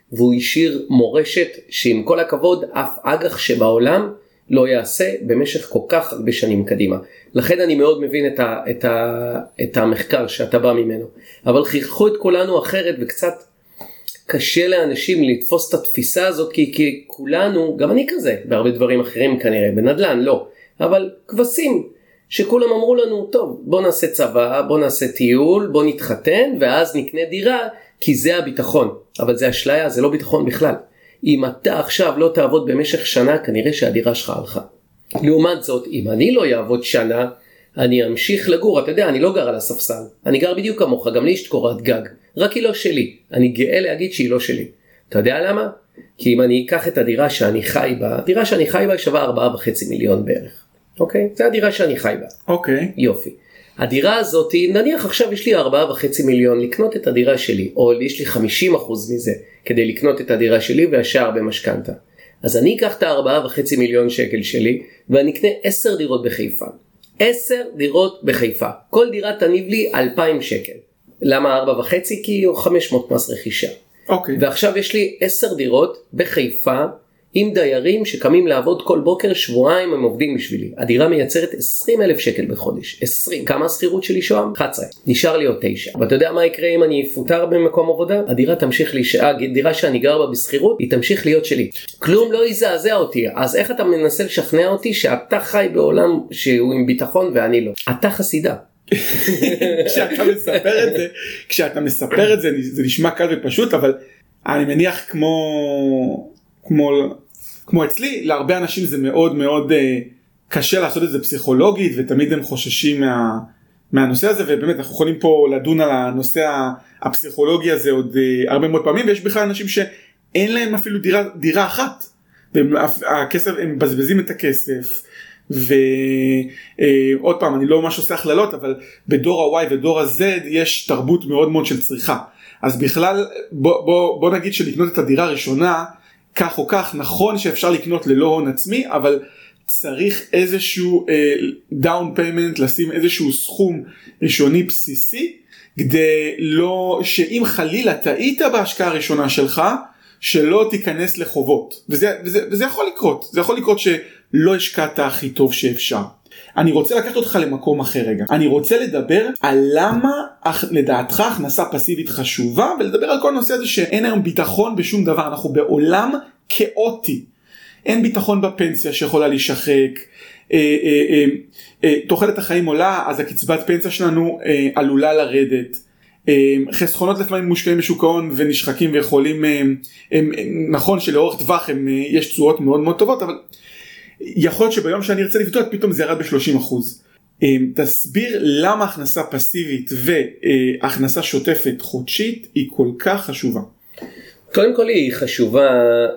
והוא השאיר מורשת שעם כל הכבוד אף אג"ח שבעולם לא יעשה במשך כל כך הרבה שנים קדימה. לכן אני מאוד מבין את, ה, את, ה, את המחקר שאתה בא ממנו. אבל חינכו את כולנו אחרת, וקצת קשה לאנשים לתפוס את התפיסה הזאת, כי, כי כולנו, גם אני כזה, בהרבה דברים אחרים כנראה, בנדל"ן לא, אבל כבשים, שכולם אמרו לנו, טוב, בוא נעשה צבא, בוא נעשה טיול, בוא נתחתן, ואז נקנה דירה, כי זה הביטחון. אבל זה אשליה, זה לא ביטחון בכלל. אם אתה עכשיו לא תעבוד במשך שנה, כנראה שהדירה שלך הלכה. לעומת זאת, אם אני לא יעבוד שנה, אני אמשיך לגור. אתה יודע, אני לא גר על הספסל. אני גר בדיוק כמוך, גם לי יש קורת גג. רק היא לא שלי. אני גאה להגיד שהיא לא שלי. אתה יודע למה? כי אם אני אקח את הדירה שאני חי בה, הדירה שאני חי בה היא שווה ארבעה וחצי מיליון בערך. אוקיי? זה הדירה שאני חי בה. אוקיי. יופי. הדירה הזאת, נניח עכשיו יש לי ארבעה וחצי מיליון לקנות את הדירה שלי, או יש לי חמישים אחוז מזה כדי לקנות את הדירה שלי והשאר במשכנתה. אז אני אקח את הארבעה וחצי מיליון שקל שלי, ואני אקנה עשר דירות בחיפה. עשר דירות בחיפה. כל דירה תניב לי אלפיים שקל. למה ארבע וחצי? כי הוא חמש מאות מס רכישה. אוקיי. ועכשיו יש לי עשר דירות בחיפה, עם דיירים שקמים לעבוד כל בוקר, שבועיים הם עובדים בשבילי. הדירה מייצרת עשרים אלף שקל בחודש. עשרים. כמה השכירות שלי שוהם? אחת עשרה. נשאר לי עוד תשע. ואתה יודע מה יקרה אם אני אפוטר במקום עבודה? הדירה תמשיך להישאר, הדירה שאני גר בה בשכירות, היא תמשיך להיות שלי. כלום לא יזעזע אותי. אז איך אתה מנסה לשכנע אותי שאתה חי בעולם שהוא עם ביטחון ואני לא? אתה חסידה. כשאתה מספר את זה, כשאתה מספר את זה, זה נשמע קל ופשוט, אבל אני מניח כמו כמו, כמו אצלי, להרבה אנשים זה מאוד מאוד אה, קשה לעשות את זה פסיכולוגית, ותמיד הם חוששים מה, מהנושא הזה, ובאמת אנחנו יכולים פה לדון על הנושא הפסיכולוגי הזה עוד אה, הרבה מאוד פעמים, ויש בכלל אנשים שאין להם אפילו דירה, דירה אחת, והכסף, הם מבזבזים את הכסף, ועוד אה, פעם, אני לא ממש עושה הכללות, אבל בדור ה-Y ודור ה-Z יש תרבות מאוד מאוד של צריכה, אז בכלל, בוא, בוא, בוא נגיד שלקנות את הדירה הראשונה, כך או כך, נכון שאפשר לקנות ללא הון עצמי, אבל צריך איזשהו דאון uh, פיימנט, לשים איזשהו סכום ראשוני בסיסי, כדי לא, שאם חלילה טעית בהשקעה הראשונה שלך, שלא תיכנס לחובות. וזה, וזה, וזה יכול לקרות. זה יכול לקרות שלא השקעת הכי טוב שאפשר. אני רוצה לקחת אותך למקום אחר רגע. אני רוצה לדבר על למה לדעתך הכנסה פסיבית חשובה, ולדבר על כל הנושא הזה שאין היום ביטחון בשום דבר. אנחנו בעולם כאוטי. אין ביטחון בפנסיה שיכולה להישחק. אה, אה, אה, אה, תוחלת החיים עולה, אז הקצבת פנסיה שלנו אה, עלולה לרדת. אה, חסכונות לפעמים מושקעים בשוק ההון ונשחקים ויכולים, אה, אה, אה, נכון שלאורך טווח הם, אה, יש תשואות מאוד מאוד טובות, אבל יכול להיות שביום שאני ארצה לפתוח פתאום זה ירד ב-שלושים אחוז. תסביר למה הכנסה פסיבית והכנסה שוטפת חודשית היא כל כך חשובה. קודם כל היא חשובה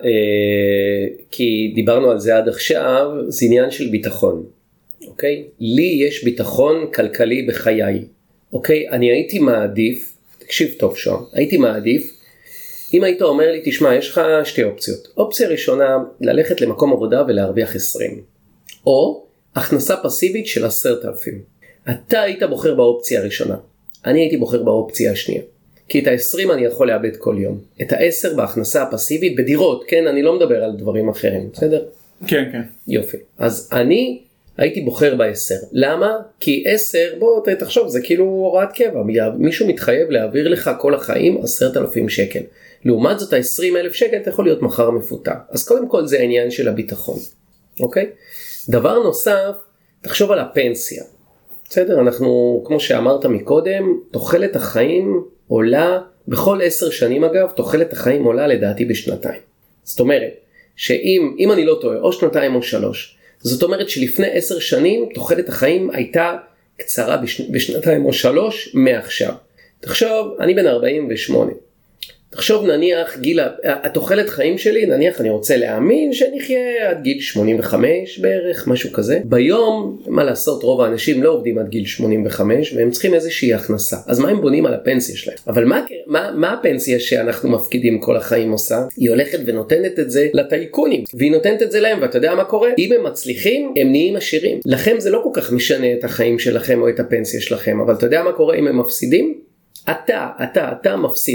כי דיברנו על זה עד עכשיו, זה עניין של ביטחון. אוקיי? לי יש ביטחון כלכלי בחיי. אוקיי? אני הייתי מעדיף, תקשיב טוב שם, הייתי מעדיף אם היית אומר לי, תשמע, יש לך שתי אופציות. אופציה ראשונה, ללכת למקום עבודה ולהרוויח עשרים. או הכנסה פסיבית של עשרת אלפים. אתה היית בוחר באופציה הראשונה. אני הייתי בוחר באופציה השנייה. כי את ה-עשרים אני יכול לאבד כל יום. את ה-עשר בהכנסה הפסיבית בדירות, כן? אני לא מדבר על דברים אחרים, בסדר? כן, כן. יופי. אז אני הייתי בוחר ב-עשר. למה? כי עשר, בוא תחשוב, זה כאילו הוראת קבע. מישהו מתחייב להעביר לך כל החיים עשרת אלפים שקל. לעומת זאת ה-עשרים אלף שקל אתה יכול להיות מחר מפוטר. אז קודם כל זה העניין של הביטחון. אוקיי? דבר נוסף, תחשוב על הפנסיה. בסדר? אנחנו, כמו שאמרת מקודם, תוחלת החיים עולה, בכל עשר שנים אגב, תוחלת החיים עולה לדעתי בשנתיים. זאת אומרת, שאם אם אני לא טועה, או שנתיים או שלוש, זאת אומרת שלפני עשר שנים תוחלת החיים הייתה קצרה בשנ... בשנתיים או שלוש מעכשיו. תחשוב, אני בן ארבעים ושמונה. תחשוב נניח גיל, התוחלת חיים שלי, נניח אני רוצה להאמין שנחיה עד גיל שמונים וחמש בערך, משהו כזה. ביום, מה לעשות, רוב האנשים לא עובדים עד גיל שמונים וחמש, והם צריכים איזושהי הכנסה. אז מה הם בונים על הפנסיה שלהם? אבל מה, מה, מה הפנסיה שאנחנו מפקידים כל החיים עושה? היא הולכת ונותנת את זה לטייקונים, והיא נותנת את זה להם, ואתה יודע מה קורה? אם הם מצליחים, הם נהיים עשירים. לכם זה לא כל כך משנה את החיים שלכם או את הפנסיה שלכם, אבל אתה יודע מה קורה אם הם מפסידים? אתה, אתה, אתה מפסיד.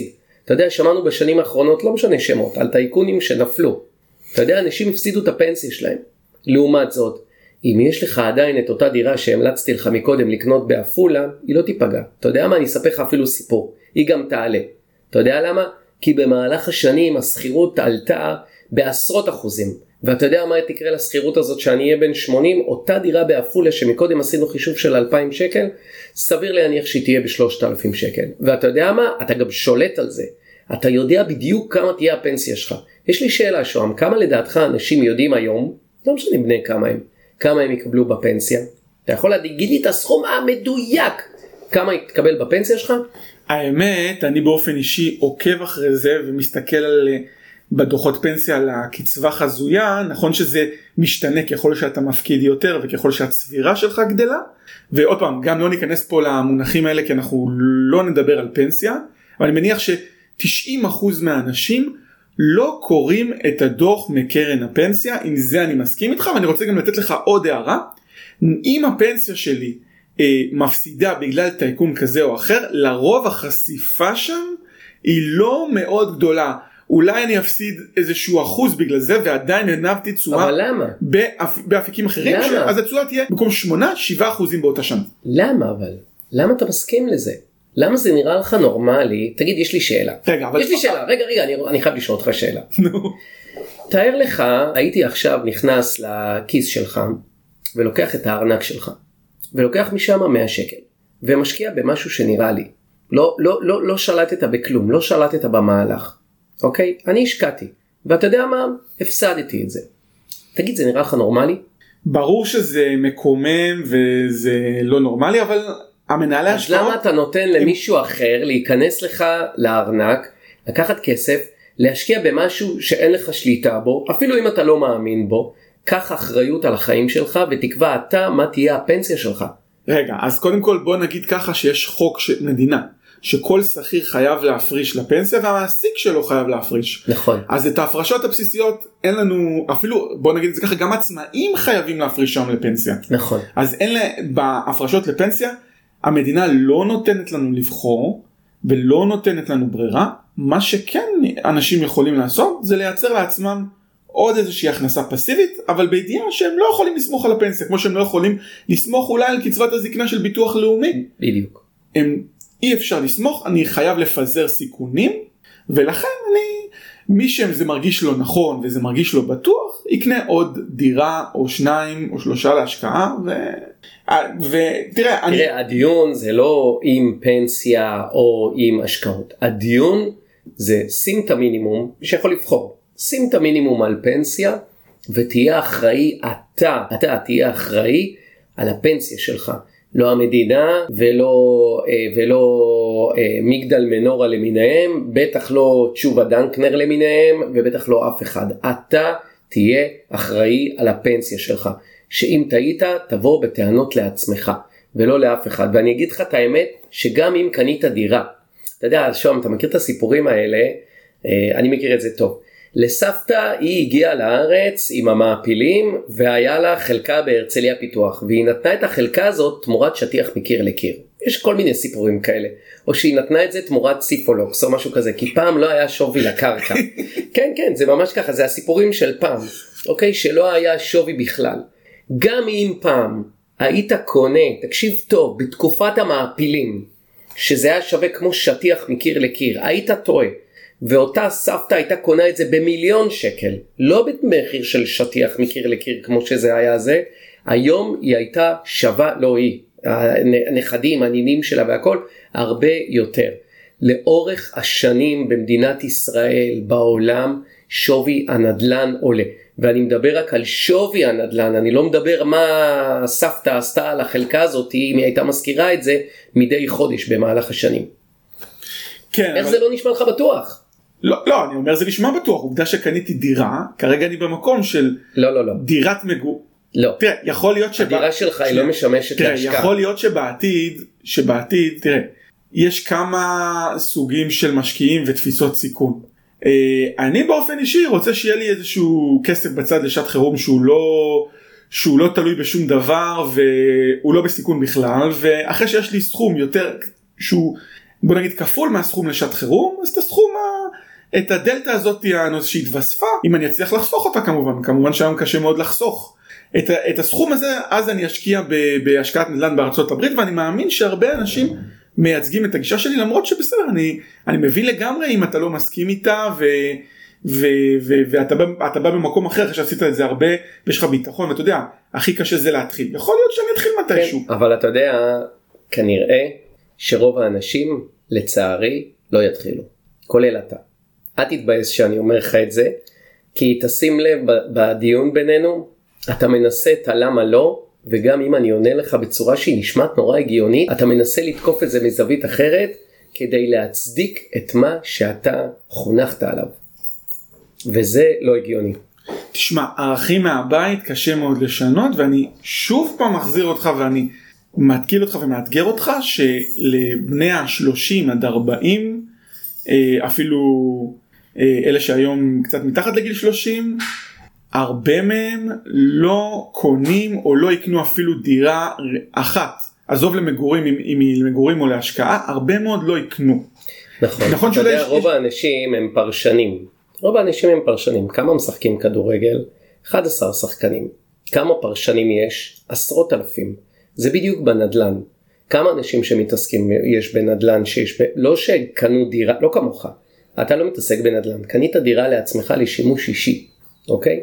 אתה יודע, שמענו בשנים האחרונות, לא משנה שמות, על טייקונים שנפלו. אתה יודע, אנשים הפסידו את הפנסיה שלהם. לעומת זאת, אם יש לך עדיין את אותה דירה שהמלצתי לך מקודם לקנות באפולה, היא לא תיפגע. אתה יודע מה? אני אספר לך אפילו סיפור. היא גם תעלה. אתה יודע למה? כי במהלך השנים הסחירות עלתה בעשרות אחוזים. ואתה יודע מה תקרה לסחירות הזאת שאני אהיה בן שמונים? אותה דירה באפולה שמקודם עשינו חישוב של אלפיים שקל, סביר להניח שהיא תהיה ב-שלושת אלפים שקל. ואתה יודע מה? אתה גם שולט על זה. אתה יודע בדיוק כמה תהיה הפנסיה שלך. יש לי שאלה שואם, כמה לדעתך אנשים יודעים היום, לא משנה בני כמה הם, כמה הם יקבלו בפנסיה? אתה יכול להגיד לי את הסכום המדויק, כמה יתקבל בפנסיה שלך? האמת, אני באופן אישי עוקב אחרי זה ומסתכל על, בדוחות פנסיה על הקצבה חזויה. נכון שזה משתנה ככל שאתה מפקיד יותר וככל שהצבירה שלך גדלה, ועוד פעם, גם לא ניכנס פה למונחים האלה כי אנחנו לא נדבר על פנסיה, אבל אני מניח ש-תשעים אחוז מהאנשים לא קוראים את הדוח מקרן הפנסיה. עם זה אני מסכים איתך, ואני רוצה גם לתת לך עוד הערה. אם הפנסיה שלי אה, מפסידה בגלל טייקון כזה או אחר, לרוב החשיפה שם היא לא מאוד גדולה. אולי אני אפסיד איזשהו אחוז בגלל זה, ועדיין הנבתי תשואה. אבל למה? באפ... באפיקים אחרים. למה? ש... אז התשואה תהיה במקום שמונה, שבעה אחוזים באותה שנה. למה אבל? למה אתה מסכים לזה? למה זה נראה לך נורמלי? תגיד, יש לי שאלה. רגע, אבל... יש לי שאלה, רגע, רגע, אני, אני חייב לשאול אותך שאלה. נו. תאר לך, הייתי עכשיו נכנס לכיס שלך, ולוקח את הארנק שלך, ולוקח משם מאה שקל, ומשקיע במשהו שנראה לי. לא, לא, לא, לא שלטת בכלום, לא שלטת במהלך. אוקיי? אני השקעתי. ואתה יודע מה? הפסדתי את זה. תגיד, זה נראה לך נורמלי? ברור שזה מקומם וזה לא נורמלי, אבל... המנהלי השקעות... אז למה אתה נותן למישהו אחר להיכנס לך לארנק, לקחת כסף, להשקיע במשהו שאין לך שליטה בו, אפילו אם אתה לא מאמין בו, קח אחריות על החיים שלך ותקבע אתה מה תהיה הפנסיה שלך. רגע, אז קודם כל בוא נגיד ככה שיש חוק של מדינה, שכל שכיר חייב להפריש לפנסיה והמעסיק שלו חייב להפריש. נכון. אז את ההפרשות הבסיסיות אין לנו, אפילו בוא נגיד את זה ככה, גם עצמאים חייבים להפריש שם לפנסיה. נכון. אז אין לה, בהפרשות לפנסיה, המדינה לא נותנת לנו לבחור ולא נותנת לנו ברירה. מה שכן אנשים יכולים לעשות זה לייצר לעצמם עוד איזושהי הכנסה פסיבית, אבל בידיעה שהם לא יכולים לסמוך על הפנסיה, כמו שהם לא יכולים לסמוך אולי על קצבת הזקנה של ביטוח לאומי. בדיוק. הם, אי אפשר לסמוך, אני חייב לפזר סיכונים, ולכן אני, מי שזה מרגיש לו נכון וזה מרגיש לו בטוח, יקנה עוד דירה או שניים או שלושה להשקעה, ו... ותראה, תראה, אני... הדיון זה לא עם פנסיה או עם השקעות. הדיון זה שים את המינימום, שיכול לבחור. שים את המינימום על פנסיה, ותהיה אחראי, אתה, אתה תהיה אחראי על הפנסיה שלך. לא המדינה ולא, ולא מגדל מנורה למיניהם, בטח לא תשובה דנקנר למיניהם, ובטח לא אף אחד. אתה תהיה אחראי על הפנסיה שלך. שאם טעית, תבוא בטענות לעצמך, ולא לאף אחד. ואני אגיד לך את האמת, שגם אם קנית דירה, אתה יודע, שום, אתה מכיר את הסיפורים האלה, אני מכיר את זה טוב. לסבתא היא הגיעה לארץ עם המעפילים, והיה לה חלקה בהרצליה פיתוח, והיא נתנה את החלקה הזאת תמורת שטיח מקיר לקיר. יש כל מיני סיפורים כאלה. או שהיא נתנה את זה תמורת סיפולוקס, או משהו כזה, כי פעם לא היה שווי לקרקע. כן, כן, זה ממש ככה, זה הסיפורים של פעם, אוקיי? שלא היה שווי בכלל. גם אם פעם היית קונה, תקשיב טוב, בתקופת המעפילים, שזה היה שווה כמו שטיח מקיר לקיר, היית טועה. ואותה סבתא הייתה קונה את זה במיליון שקל, לא במחיר של שטיח מקיר לקיר כמו שזה היה זה, היום היא הייתה שווה, לא היא, הנכדים, הנינים שלה והכל, הרבה יותר. לאורך השנים במדינת ישראל, בעולם, שווי הנדלן עולה. ואני מדבר רק על שווי הנדלן, אני לא מדבר מה סבתא עשתה על החלקה הזאת, אם היא הייתה מזכירה את זה מדי חודש במהלך השנים. כן, איך אבל... זה לא נשמע לך בטוח? לא, לא, אני אומר זה נשמע בטוח, עובדה שקניתי דירה, כרגע אני במקום של לא, לא, לא. דירת מגור. לא. תראה, יכול להיות שבא... הדירה שלך היא לא משמשת תראה, להשקעה. יכול להיות שבעתיד, שבעתיד, תראה, יש כמה סוגים של משקיעים ותפיסות סיכון. אני באופן אישי רוצה שיהיה לי איזשהו כסף בצד לשעת חירום שהוא לא, שהוא לא תלוי בשום דבר והוא לא בסיכון בכלל, ואחרי שיש לי סכום יותר שהוא בוא נגיד כפול מהסכום לשעת חירום, אז את הסכום, את הדלטה הזאת שהתווספה, אם אני אצליח לחסוך אותה כמובן, כמובן שהיום קשה מאוד לחסוך. את, את הסכום הזה, אז אני אשקיע ב, בהשקעת נדל"ן בארצות הברית, ואני מאמין שהרבה אנשים מייצגים את הגישה שלי, למרות שבסדר, אני, אני מבין לגמרי אם אתה לא מסכים איתה, ו, ו, ו, ואתה בא, אתה בא במקום אחר, אחרי שעשית את זה הרבה, ויש לך ביטחון, ואתה יודע, הכי קשה זה להתחיל. יכול להיות שאני אתחיל מתישהו. כן, אבל אתה יודע, כנראה שרוב האנשים, לצערי, לא יתחילו. כולל אתה. אל תתבייש שאני אומר לך את זה, כי תשים לב בדיון בינינו, אתה מנסה את הלמה לא, וגם אם אני עונה לך בצורה שהיא נשמעת נורא הגיונית, אתה מנסה לתקוף את זה מזווית אחרת, כדי להצדיק את מה שאתה חונכת עליו. וזה לא הגיוני. תשמע, ערכים מהבית קשה מאוד לשנות, ואני שוב פעם מחזיר אותך, ואני מתקיל אותך ומאתגר אותך, שלבני ה-שלושים עד ארבעים, אפילו אלה שהיום קצת מתחת לגיל שלושים, הרבה מהם לא קונים או לא יקנו אפילו דירה אחת. עזוב למגורים, אם היא למגורים או להשקעה, הרבה מאוד לא יקנו. נכון, נכון אתה יודע, רוב האנשים הם פרשנים. רוב האנשים הם פרשנים. כמה משחקים כדורגל? אחד עשר שחקנים. כמה פרשנים יש? עשרות אלפים. זה בדיוק בנדלן. כמה אנשים שמתעסקים יש בנדלן, שיש ב... לא שקנו דירה, לא כמוך. אתה לא מתעסק בנדלן. קנית דירה לעצמך לשימוש אישי. אוקיי?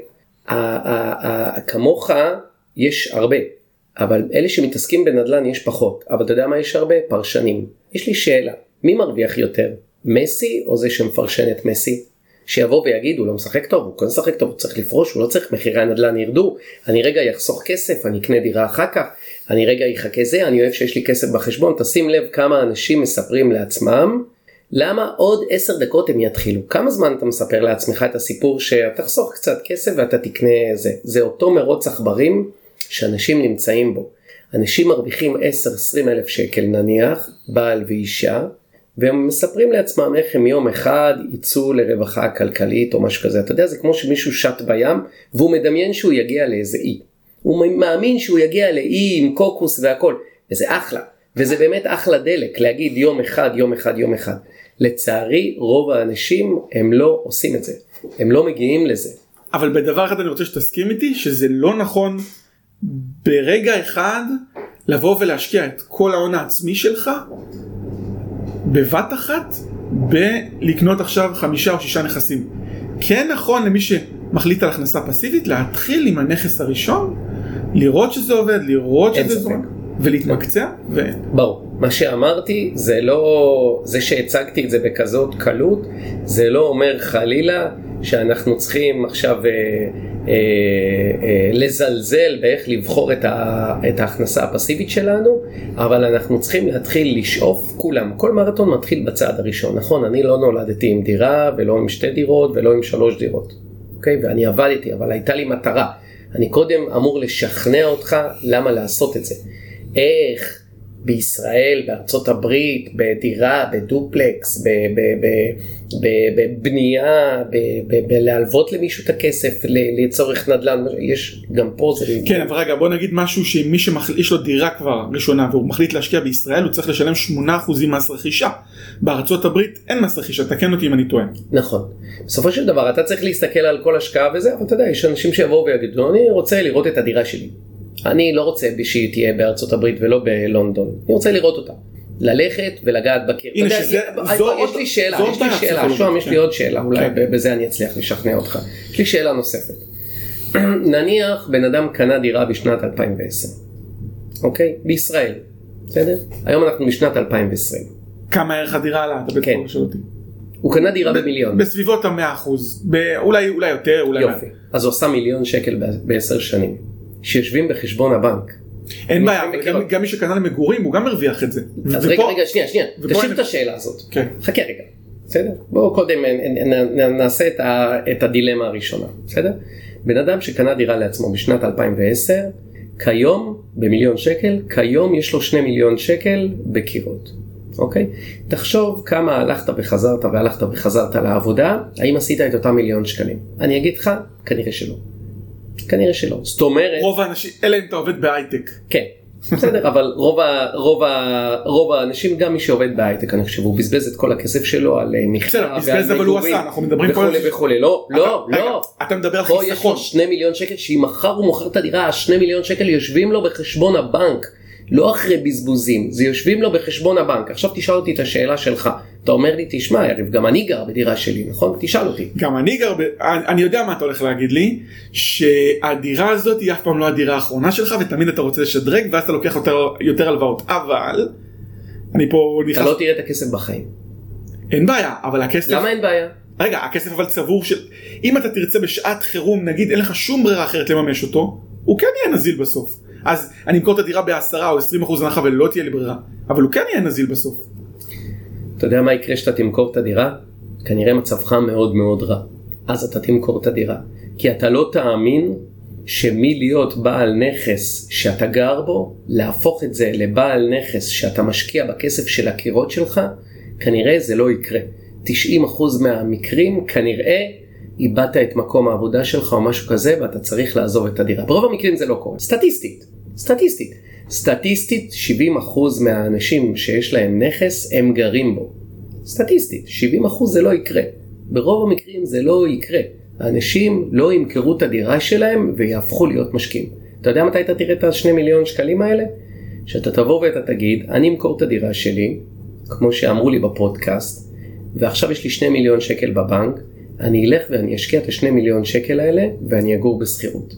כמוך יש הרבה, אבל אלה שמתעסקים בנדל"ן יש פחות. אבל אתה יודע מה יש הרבה? פרשנים. יש לי שאלה, מי מרוויח יותר? מסי או זה שמפרשן את מסי? שיבוא ויגיד, הוא לא משחק טוב, הוא כן משחק טוב, הוא צריך לפרוש, הוא לא צריך, מחירי הנדל"ן ירדו, אני רגע יחסוך כסף, אני אקנה דירה אחר כך, אני רגע יחכה זה, אני אוהב שיש לי כסף בחשבון. תשים לב כמה אנשים מספרים לעצמם, למה עוד עשר דקות הם יתחילו? כמה זמן אתה מספר לעצמך את הסיפור שתחסוך קצת כסף ואתה תקנה זה? זה אותו מרוץ עכברים שאנשים נמצאים בו. אנשים מרוויחים עשר עשרים אלף שקל נניח, בעל ואישה, והם מספרים לעצמם איך הם יום אחד ייצאו לרווחה כלכלית או משהו כזה. אתה יודע, זה כמו שמישהו שט בים והוא מדמיין שהוא יגיע לאיזה אי. הוא מאמין שהוא יגיע לאי עם קוקוס והכל, וזה אחלה. וזה באמת אחלה דלק, להגיד יום אחד, יום אחד, יום אחד. לצערי, רוב האנשים הם לא עושים את זה. הם לא מגיעים לזה. אבל בדבר אחד אני רוצה שתסכים איתי, שזה לא נכון ברגע אחד לבוא ולהשקיע את כל ההון העצמי שלך, בבת אחת, בלקנות עכשיו חמישה או שישה נכסים. כן נכון למי שמחליט על הכנסה פסיבית, להתחיל עם הנכס הראשון, לראות שזה עובד, לראות שזה זמן. ולהתמקצע ו... ברור, מה שאמרתי זה לא, זה שהצגתי את זה בכזאת קלות, זה לא אומר חלילה שאנחנו צריכים עכשיו אה, אה, אה, לזלזל באיך לבחור את, ה, את ההכנסה הפסיבית שלנו, אבל אנחנו צריכים להתחיל לשאוף כולם, כל מרתון מתחיל בצעד הראשון, נכון? אני לא נולדתי עם דירה ולא עם שתי דירות ולא עם שלוש דירות, אוקיי? ואני עבדתי, אבל הייתה לי מטרה, אני קודם אמור לשכנע אותך למה לעשות את זה. איך בישראל, בארצות הברית, בדירה, בדופלקס, בבנייה, בלהלוות למישהו את הכסף, לצורך נדל"ן, יש גם פה זה... כן, אבל רגע, בוא נגיד משהו שמי שיש לו דירה כבר ראשונה, והוא מחליט להשקיע בישראל, הוא צריך לשלם שמונה אחוזים מס רכישה. בארצות הברית אין מס רכישה, תקן אותי אם אני טועה. נכון. בסופו של דבר, אתה צריך להסתכל על כל השקעה וזה, אבל אתה יודע, יש אנשים שיבואו ויגידו, אני רוצה לראות את הדירה שלי. אני לא רוצה שהיא תהיה בארצות הברית ולא בלונדון. אני רוצה לראות אותה. ללכת ולגעת בקיר. הנה שזה... יש לי שאלה, יש לי שאלה. שום, יש לי עוד שאלה. אולי בזה אני אצליח לשכנע אותך. יש לי שאלה נוספת. נניח בן אדם קנה דירה בשנת אלפיים ועשר. אוקיי? בישראל. בסדר? היום אנחנו בשנת אלפיים ועשרים. כמה ערך הדירה עלה? אתה בטח שואל אותי. הוא קנה דירה במיליון. בסביבות ה-מאה אחוז. אולי יותר, אולי... יופי. אז הוא עושה מיליון שקל בעשר שנים. שיושבים בחשבון הבנק. אין בעיה, גם מי שקנה למגורים, הוא גם מרוויח את זה. אז רגע, רגע, שנייה, שנייה. תשיב את השאלה הזאת. חכה רגע. בסדר? בואו קודם נעשה את הדילמה הראשונה. בסדר? בן אדם שקנה דירה לעצמו בשנת אלפיים ועשר, כיום, במיליון שקל, כיום יש לו שני מיליון שקל בקירות. אוקיי? תחשוב כמה הלכת וחזרת והלכת וחזרת לעבודה, האם עשית את אותם מיליון שקלים? אני אגיד לך, כנראה שלא. כנראה שלא. זאת אומרת... רוב האנשים, אלא אם אתה עובד בהייטק. כן. בסדר, אבל רוב, ה, רוב, ה, רוב האנשים, גם מי שעובד בהייטק, אני חושב, הוא בזבז את כל הכסף שלו על מחיה ועל מגורים וכולי וכולי. לא, לא, לא. אתה מדבר על חיסכון. פה יש לו חיסכון. שני מיליון שקל, שאם מחר הוא מוכר את הדירה, שני מיליון שקל יושבים לו בחשבון הבנק. לא אחרי בזבוזים, זה יושבים לו בחשבון הבנק. עכשיו תשאל אותי את השאלה שלך. אתה אומר לי, תשמע יריב, גם אני גר בדירה שלי, נכון? תשאל אותי. גם אני גר, ב... אני יודע מה אתה הולך להגיד לי, שהדירה הזאת היא אף פעם לא הדירה האחרונה שלך, ותמיד אתה רוצה לשדרג, ואז אתה לוקח יותר, יותר הלוואות. אבל, אני פה נכנס... אתה לא תראה את הכסף בחיים. אין בעיה, אבל הכסף... למה אין בעיה? רגע, הכסף אבל צבור של... אם אתה תרצה בשעת חירום, נגיד, אין לך שום ברירה אחרת לממש אותו, הוא כן יהיה נזיל בסוף. אז אני אמכור את הדירה בעשרה או עשרים אחוז הנחה ולא תהיה לי ברירה, אבל הוא כן יהיה נזיל בסוף. אתה יודע מה יקרה שאתה תמכור את הדירה? כנראה מצבך מאוד מאוד רע. אז אתה תמכור את הדירה. כי אתה לא תאמין שמי להיות בעל נכס שאתה גר בו, להפוך את זה לבעל נכס שאתה משקיע בכסף של הקירות שלך, כנראה זה לא יקרה. תשעים אחוז מהמקרים כנראה איבדת את מקום העבודה שלך או משהו כזה, ואתה צריך לעזוב את הדירה. ברוב המקרים זה לא קורה. סטטיסטית. סטטיסטית. סטטיסטית, שבעים אחוז מהאנשים שיש להם נכס, הם גרים בו. סטטיסטית, שבעים אחוז זה לא יקרה. ברוב המקרים זה לא יקרה. האנשים לא ימכרו את הדירה שלהם ויהפכו להיות משקיעים. אתה יודע מתי אתה תראה את השני מיליון שקלים האלה? שאתה תבוא ואתה תגיד, אני אמכור את הדירה שלי, כמו שאמרו לי בפודקאסט, ועכשיו יש לי שני מיליון שקל בבנק, אני אלך ואני אשקיע את השני מיליון שקל האלה, ואני אגור בסחירות.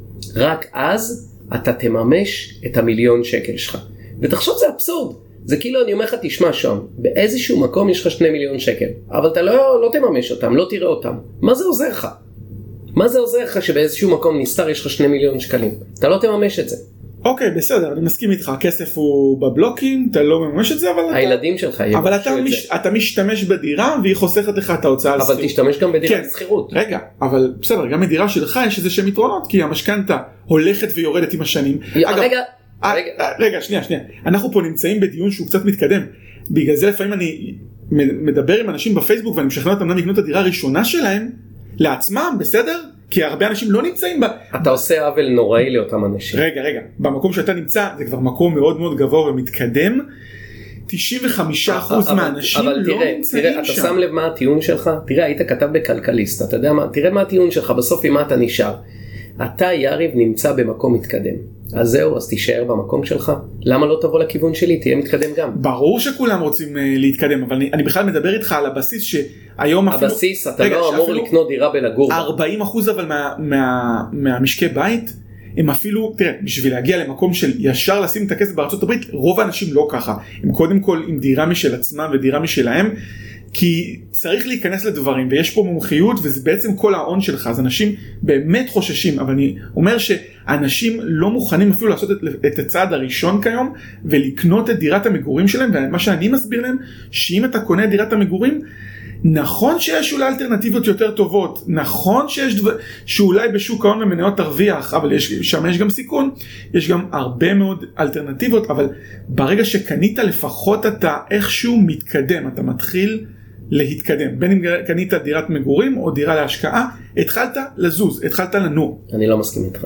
רק אז אתה תממש את המיליון שקל שלך. ותחשוב זה אבסורד. זה כאילו אני אומר לך תשמע שם, באיזשהו מקום יש לך שני מיליון שקל, אבל אתה לא, לא תממש אותם, לא תראה אותם. מה זה עוזר לך? מה זה עוזר לך שבאיזשהו מקום נסתר יש לך שני מיליון שקלים? אתה לא תממש את זה. אוקיי, בסדר, אני מסכים איתך, הכסף הוא בבלוקים, אתה לא מממש את זה, אבל הילדים אתה... שלך אבל אתה, מש... אתה משתמש בדירה והיא חוסכת לך את ההוצאה אבל לסחירות. תשתמש גם בדירה כן. לסחירות. רגע, אבל בסדר, גם בדירה שלך יש איזה שהם יתרונות, כי המשכנתה הולכת ויורדת עם השנים. רגע, אגב, רגע. רגע, רגע, שנייה, שנייה. אנחנו פה נמצאים בדיון שהוא קצת מתקדם. בגלל זה לפעמים אני מדבר עם אנשים בפייסבוק ואני משכנע אותם לקנות את הדירה הראשונה שלהם לעצמם, בסדר? כי הרבה אנשים לא נמצאים בה. אתה עושה עוול נוראי לאותם אנשים. רגע, רגע. במקום שאתה נמצא זה כבר מקום מאוד מאוד גבוה ומתקדם. תשעים וחמישה אחוז מהאנשים לא תראה, נמצאים תראה, שם. אתה שם לב מה הטיעון שלך? תראה, היית כתב בכלכליסט, אתה יודע מה? תראה מה הטיעון שלך, בסוף עם מה אתה נשאר. אתה יריב נמצא במקום מתקדם. אז זהו, אז תישאר במקום שלך. למה לא תבוא לכיוון שלי? תהיה מתקדם גם. ברור שכולם רוצים uh, להתקדם, אבל אני, אני בכלל מדבר איתך על הבסיס שהיום אפילו... הבסיס, אתה רגע, לא אמור לקנות דירה בלגור. ארבעים אחוז אבל מה, מה, מהמשקי בית, הם אפילו, תראה, בשביל להגיע למקום של ישר לשים את הכסף בארצות הברית, רוב האנשים לא ככה. הם קודם כל עם דירה משל עצמם ודירה משלהם, כי צריך להיכנס לדברים, ויש פה מומחיות, וזה בעצם כל ההון שלך, אז אנשים באמת חוששים, אבל אני אומר שאנשים לא מוכנים אפילו לעשות את, את הצעד הראשון כיום, ולקנות את דירת המגורים שלהם, ומה שאני מסביר להם, שאם אתה קונה את דירת המגורים, נכון שיש אולי אלטרנטיבות יותר טובות, נכון שיש דבר, שאולי בשוק ההון ומניות תרוויח, אבל יש, שם יש גם סיכון, יש גם הרבה מאוד אלטרנטיבות, אבל ברגע שקנית לפחות אתה איכשהו מתקדם, אתה מתחיל להתקדם, בין אם קנית דירת מגורים או דירה להשקעה, התחלת לזוז, התחלת לנוע. אני לא מסכים איתך.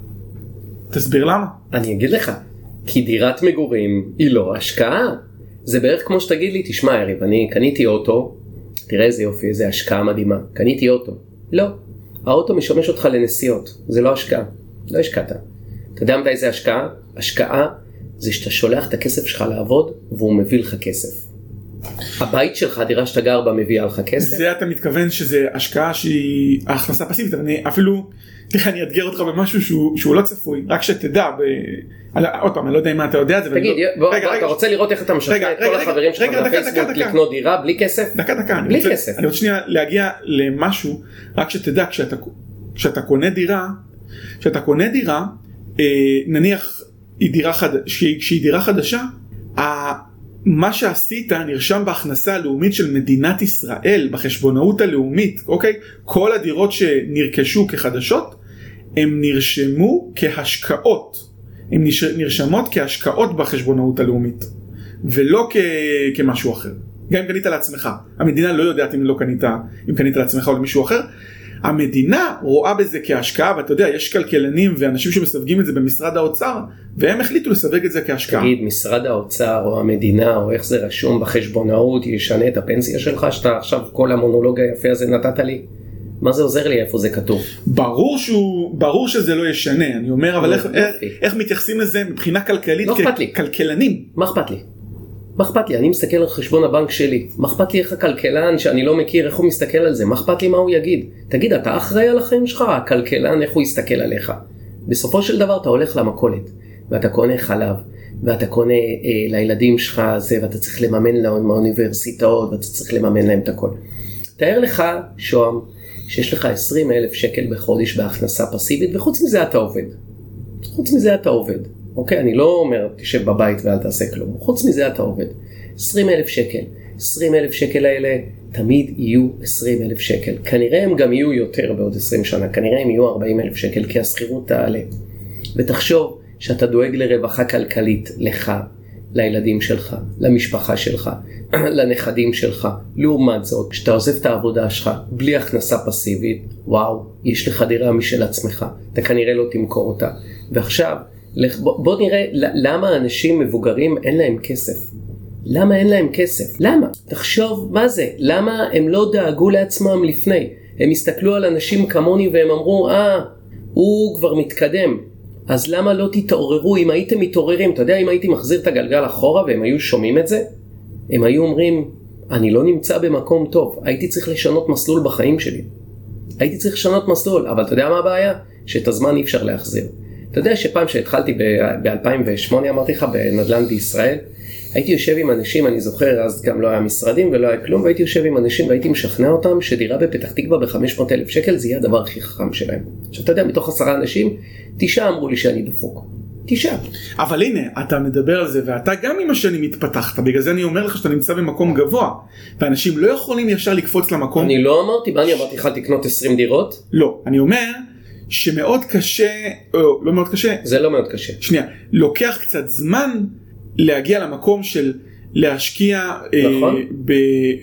תסביר למה. אני אגיד לך, כי דירת מגורים היא לא השקעה. זה בערך כמו שתגיד לי, תשמע יריב, אני קניתי אוטו, תראה איזה יופי, איזה השקעה מדהימה, קניתי אוטו. לא, האוטו משמש אותך לנסיעות, זה לא השקעה, לא השקעת. אתה יודע מתי זה השקעה? השקעה זה שאתה שולח את הכסף שלך לעבוד, והוא מביא לך כסף. הבית שלך, הדירה שאתה גר בה, מביאה לך כסף? זה אתה מתכוון שזה השקעה שהיא הכנסה פסיבית, אבל אני אפילו, תראה, אני אתגר אותך במשהו שהוא, שהוא לא צפוי, רק שתדע, ב... עוד פעם, אני לא יודע אם אתה יודע את זה. תגיד, לא... בוא, רגע, בוא, רגע, אתה רוצה לראות איך אתה משכנע את כל רגע, החברים שלך בפייסבוק לקנות דירה בלי כסף? דקה, דקה. בלי רוצה, כסף. אני רוצה שנייה להגיע למשהו, רק שתדע, כשאתה, כשאתה קונה דירה, כשאתה קונה דירה, אה, נניח היא דירה חד... שהיא דירה חדשה, מה שעשית נרשם בהכנסה הלאומית של מדינת ישראל, בחשבונאות הלאומית, אוקיי? כל הדירות שנרכשו כחדשות, הם נרשמו כהשקעות. הן נרשמות כהשקעות בחשבונאות הלאומית, ולא כ... כמשהו אחר. גם אם קנית לעצמך. המדינה לא יודעת אם לא קנית, אם קנית לעצמך או למישהו אחר, המדינה רואה בזה כהשקעה, ואתה יודע, יש כלכלנים ואנשים שמסווגים את זה במשרד האוצר, והם החליטו לסווג את זה כהשקעה. תגיד, משרד האוצר או המדינה, או איך זה רשום בחשבונאות, ישנה את הפנסיה שלך, שאתה עכשיו כל המונולוג היפה הזה נתת לי? מה זה עוזר לי? איפה זה כתוב? ברור שהוא, ברור שזה לא ישנה, אני אומר, אבל איך, איך, איך מתייחסים לזה מבחינה כלכלית לא אכפת לי. ככלכלנים? מה אכפת לי? מה אכפת לי? אני מסתכל על חשבון הבנק שלי. מה אכפת לי איך הכלכלן שאני לא מכיר, איך הוא מסתכל על זה? מה אכפת לי מה הוא יגיד? תגיד, אתה אחראי על החיים שלך? הכלכלן, איך הוא יסתכל עליך? בסופו של דבר אתה הולך למכולת, ואתה קונה חלב, ואתה קונה אה, לילדים שלך זה, ואתה צריך לממן להם מהאוניברסיטאות, ואתה צריך לממן להם את הכל. תאר לך, שוהם, שיש לך עשרים אלף שקל בחודש בהכנסה פסיבית, וחוץ מזה אתה עובד. חוץ מזה אתה עובד. אוקיי, אני לא אומר, תשב בבית ואל תעשה כלום. חוץ מזה אתה עובד. עשרים אלף שקל. עשרים אלף שקל האלה תמיד יהיו עשרים אלף שקל. כנראה הם גם יהיו יותר בעוד עשרים שנה. כנראה הם יהיו ארבעים אלף שקל, כי הסחירות תעלה. ותחשוב שאתה דואג לרווחה כלכלית לך, לילדים שלך, למשפחה שלך, לנכדים שלך. לעומת זאת, כשאתה עוזב את העבודה שלך בלי הכנסה פסיבית, וואו, יש לך דירה משל עצמך. אתה כנראה לא תמכור אותה. ועכשיו, בוא נראה למה אנשים מבוגרים אין להם כסף. למה אין להם כסף? למה? תחשוב מה זה. למה הם לא דאגו לעצמם לפני? הם הסתכלו על אנשים כמוני והם אמרו, אה, הוא כבר מתקדם. אז למה לא תתעוררו? אם הייתם מתעוררים, אתה יודע, אם הייתי מחזיר את הגלגל אחורה והם היו שומעים את זה, הם היו אומרים, אני לא נמצא במקום טוב. הייתי צריך לשנות מסלול בחיים שלי. הייתי צריך לשנות מסלול, אבל אתה יודע מה הבעיה? שאת הזמן אי אפשר להחזיר. אתה יודע שפעם שהתחלתי ב-אלפיים ושמונה, אמרתי לך, בנדל"ן בישראל, הייתי יושב עם אנשים, אני זוכר, אז גם לא היה משרדים ולא היה כלום, והייתי יושב עם אנשים והייתי משכנע אותם שדירה בפתח תקווה ב-חמש מאות אלף שקל זה יהיה הדבר הכי חכם שלהם. עכשיו אתה יודע, מתוך עשרה אנשים, תשעה אמרו לי שאני דפוק. תשעה. אבל הנה, אתה מדבר על זה, ואתה גם עם השנים התפתחת, בגלל זה אני אומר לך שאתה נמצא במקום גבוה, ואנשים לא יכולים ישר לקפוץ למקום. אני לא אמרתי, מה אני אמרתי לך תקנות עשרים דירות? לא, אני אומר שמאוד קשה, או לא מאוד קשה. זה לא מאוד קשה. שנייה, לוקח קצת זמן להגיע למקום של להשקיע נכון. אה, ב,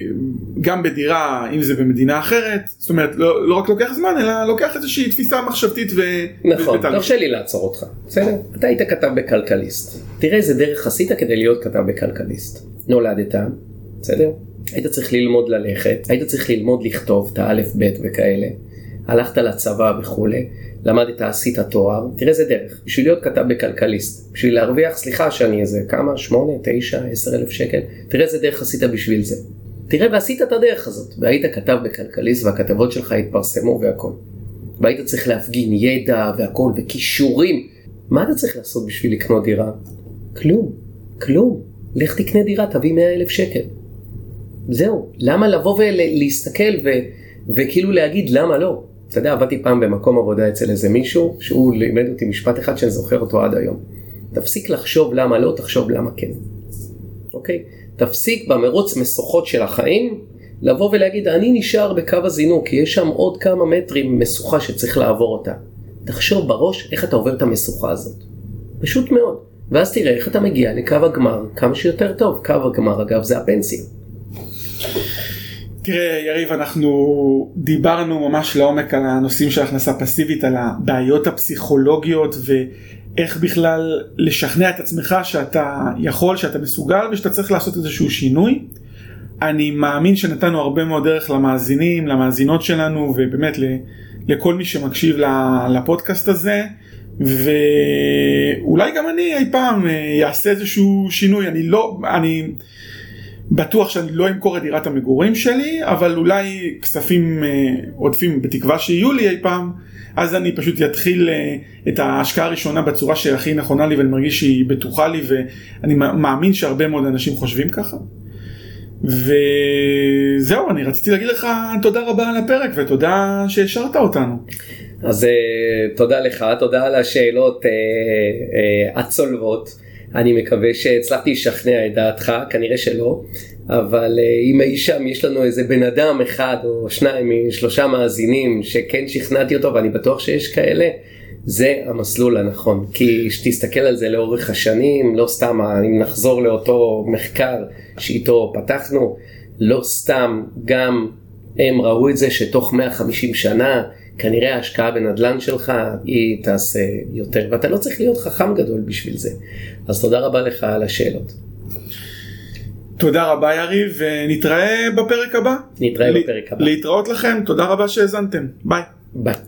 גם בדירה, אם זה במדינה אחרת, זאת אומרת, לא, לא רק לוקח זמן, אלא לוקח איזושהי תפיסה מחשבתית ו... נכון, תרשה לי לעצור אותך, בסדר? אתה היית כתב בכלכליסט. תראה איזה דרך עשית כדי להיות כתב בכלכליסט. נולדת, בסדר? היית צריך ללמוד ללכת, היית צריך ללמוד לכתוב את האלף בית וכאלה. הלכת לצבא וכו', למדת, עשית תואר, תראה איזה דרך, בשביל להיות כתב בכלכליסט, בשביל להרוויח, סליחה שאני איזה כמה, שמונה, תשע, עשר אלף שקל, תראה איזה דרך עשית בשביל זה. תראה ועשית את הדרך הזאת, והיית כתב בכלכליסט והכתבות שלך התפרסמו והכל. והיית צריך להפגין ידע והכל וכישורים. מה אתה צריך לעשות בשביל לקנות דירה? כלום, כלום. לך תקנה דירה, תביא מאה אלף שקל. זהו, למה לבוא ולהסתכל ו... וכאילו להגיד למה לא? אתה יודע, עבדתי פעם במקום עבודה אצל איזה מישהו, שהוא לימד אותי משפט אחד שאני זוכר אותו עד היום. תפסיק לחשוב למה לא, תחשוב למה כן. אוקיי? תפסיק במרוץ משוכות של החיים, לבוא ולהגיד, אני נשאר בקו הזינוק, כי יש שם עוד כמה מטרים משוכה שצריך לעבור אותה. תחשוב בראש איך אתה עובר את המשוכה הזאת. פשוט מאוד. ואז תראה איך אתה מגיע לקו הגמר, כמה שיותר טוב. קו הגמר, אגב, זה הפנסיה. תראה יריב, אנחנו דיברנו ממש לעומק על הנושאים של הכנסה פסיבית, על הבעיות הפסיכולוגיות ואיך בכלל לשכנע את עצמך שאתה יכול, שאתה מסוגל ושאתה צריך לעשות איזשהו שינוי. אני מאמין שנתנו הרבה מאוד דרך למאזינים, למאזינות שלנו ובאמת לכל מי שמקשיב לפודקאסט הזה, ואולי גם אני אי פעם יעשה איזשהו שינוי. אני לא, אני... בטוח שאני לא אמכור את דירת המגורים שלי, אבל אולי כספים עודפים בתקווה שיהיו לי אי פעם, אז אני פשוט יתחיל את ההשקעה הראשונה בצורה שהכי נכונה לי ואני מרגיש שהיא בטוחה לי, ואני מאמין שהרבה מאוד אנשים חושבים ככה. וזהו, אני רציתי להגיד לך תודה רבה על הפרק ותודה שהשארת אותנו. אז תודה לך, תודה על השאלות הצולבות. אני מקווה שהצלחתי לשכנע את דעתך, כנראה שלא, אבל אם אי שם יש לנו איזה בן אדם אחד או שניים משלושה מאזינים שכן שכנעתי אותו, ואני בטוח שיש כאלה, זה המסלול הנכון. כי שתסתכל על זה לאורך השנים, לא סתם, אם נחזור לאותו מחקר שאיתו פתחנו, לא סתם גם הם ראו את זה שתוך מאה וחמישים שנה, כנראה ההשקעה בנדל"ן שלך היא תעשה יותר, ואתה לא צריך להיות חכם גדול בשביל זה. אז תודה רבה לך על השאלות. תודה רבה יריב, ונתראה בפרק הבא. נתראה בפרק הבא. להתראות לכם, תודה רבה שהזנתם, ביי. ביי.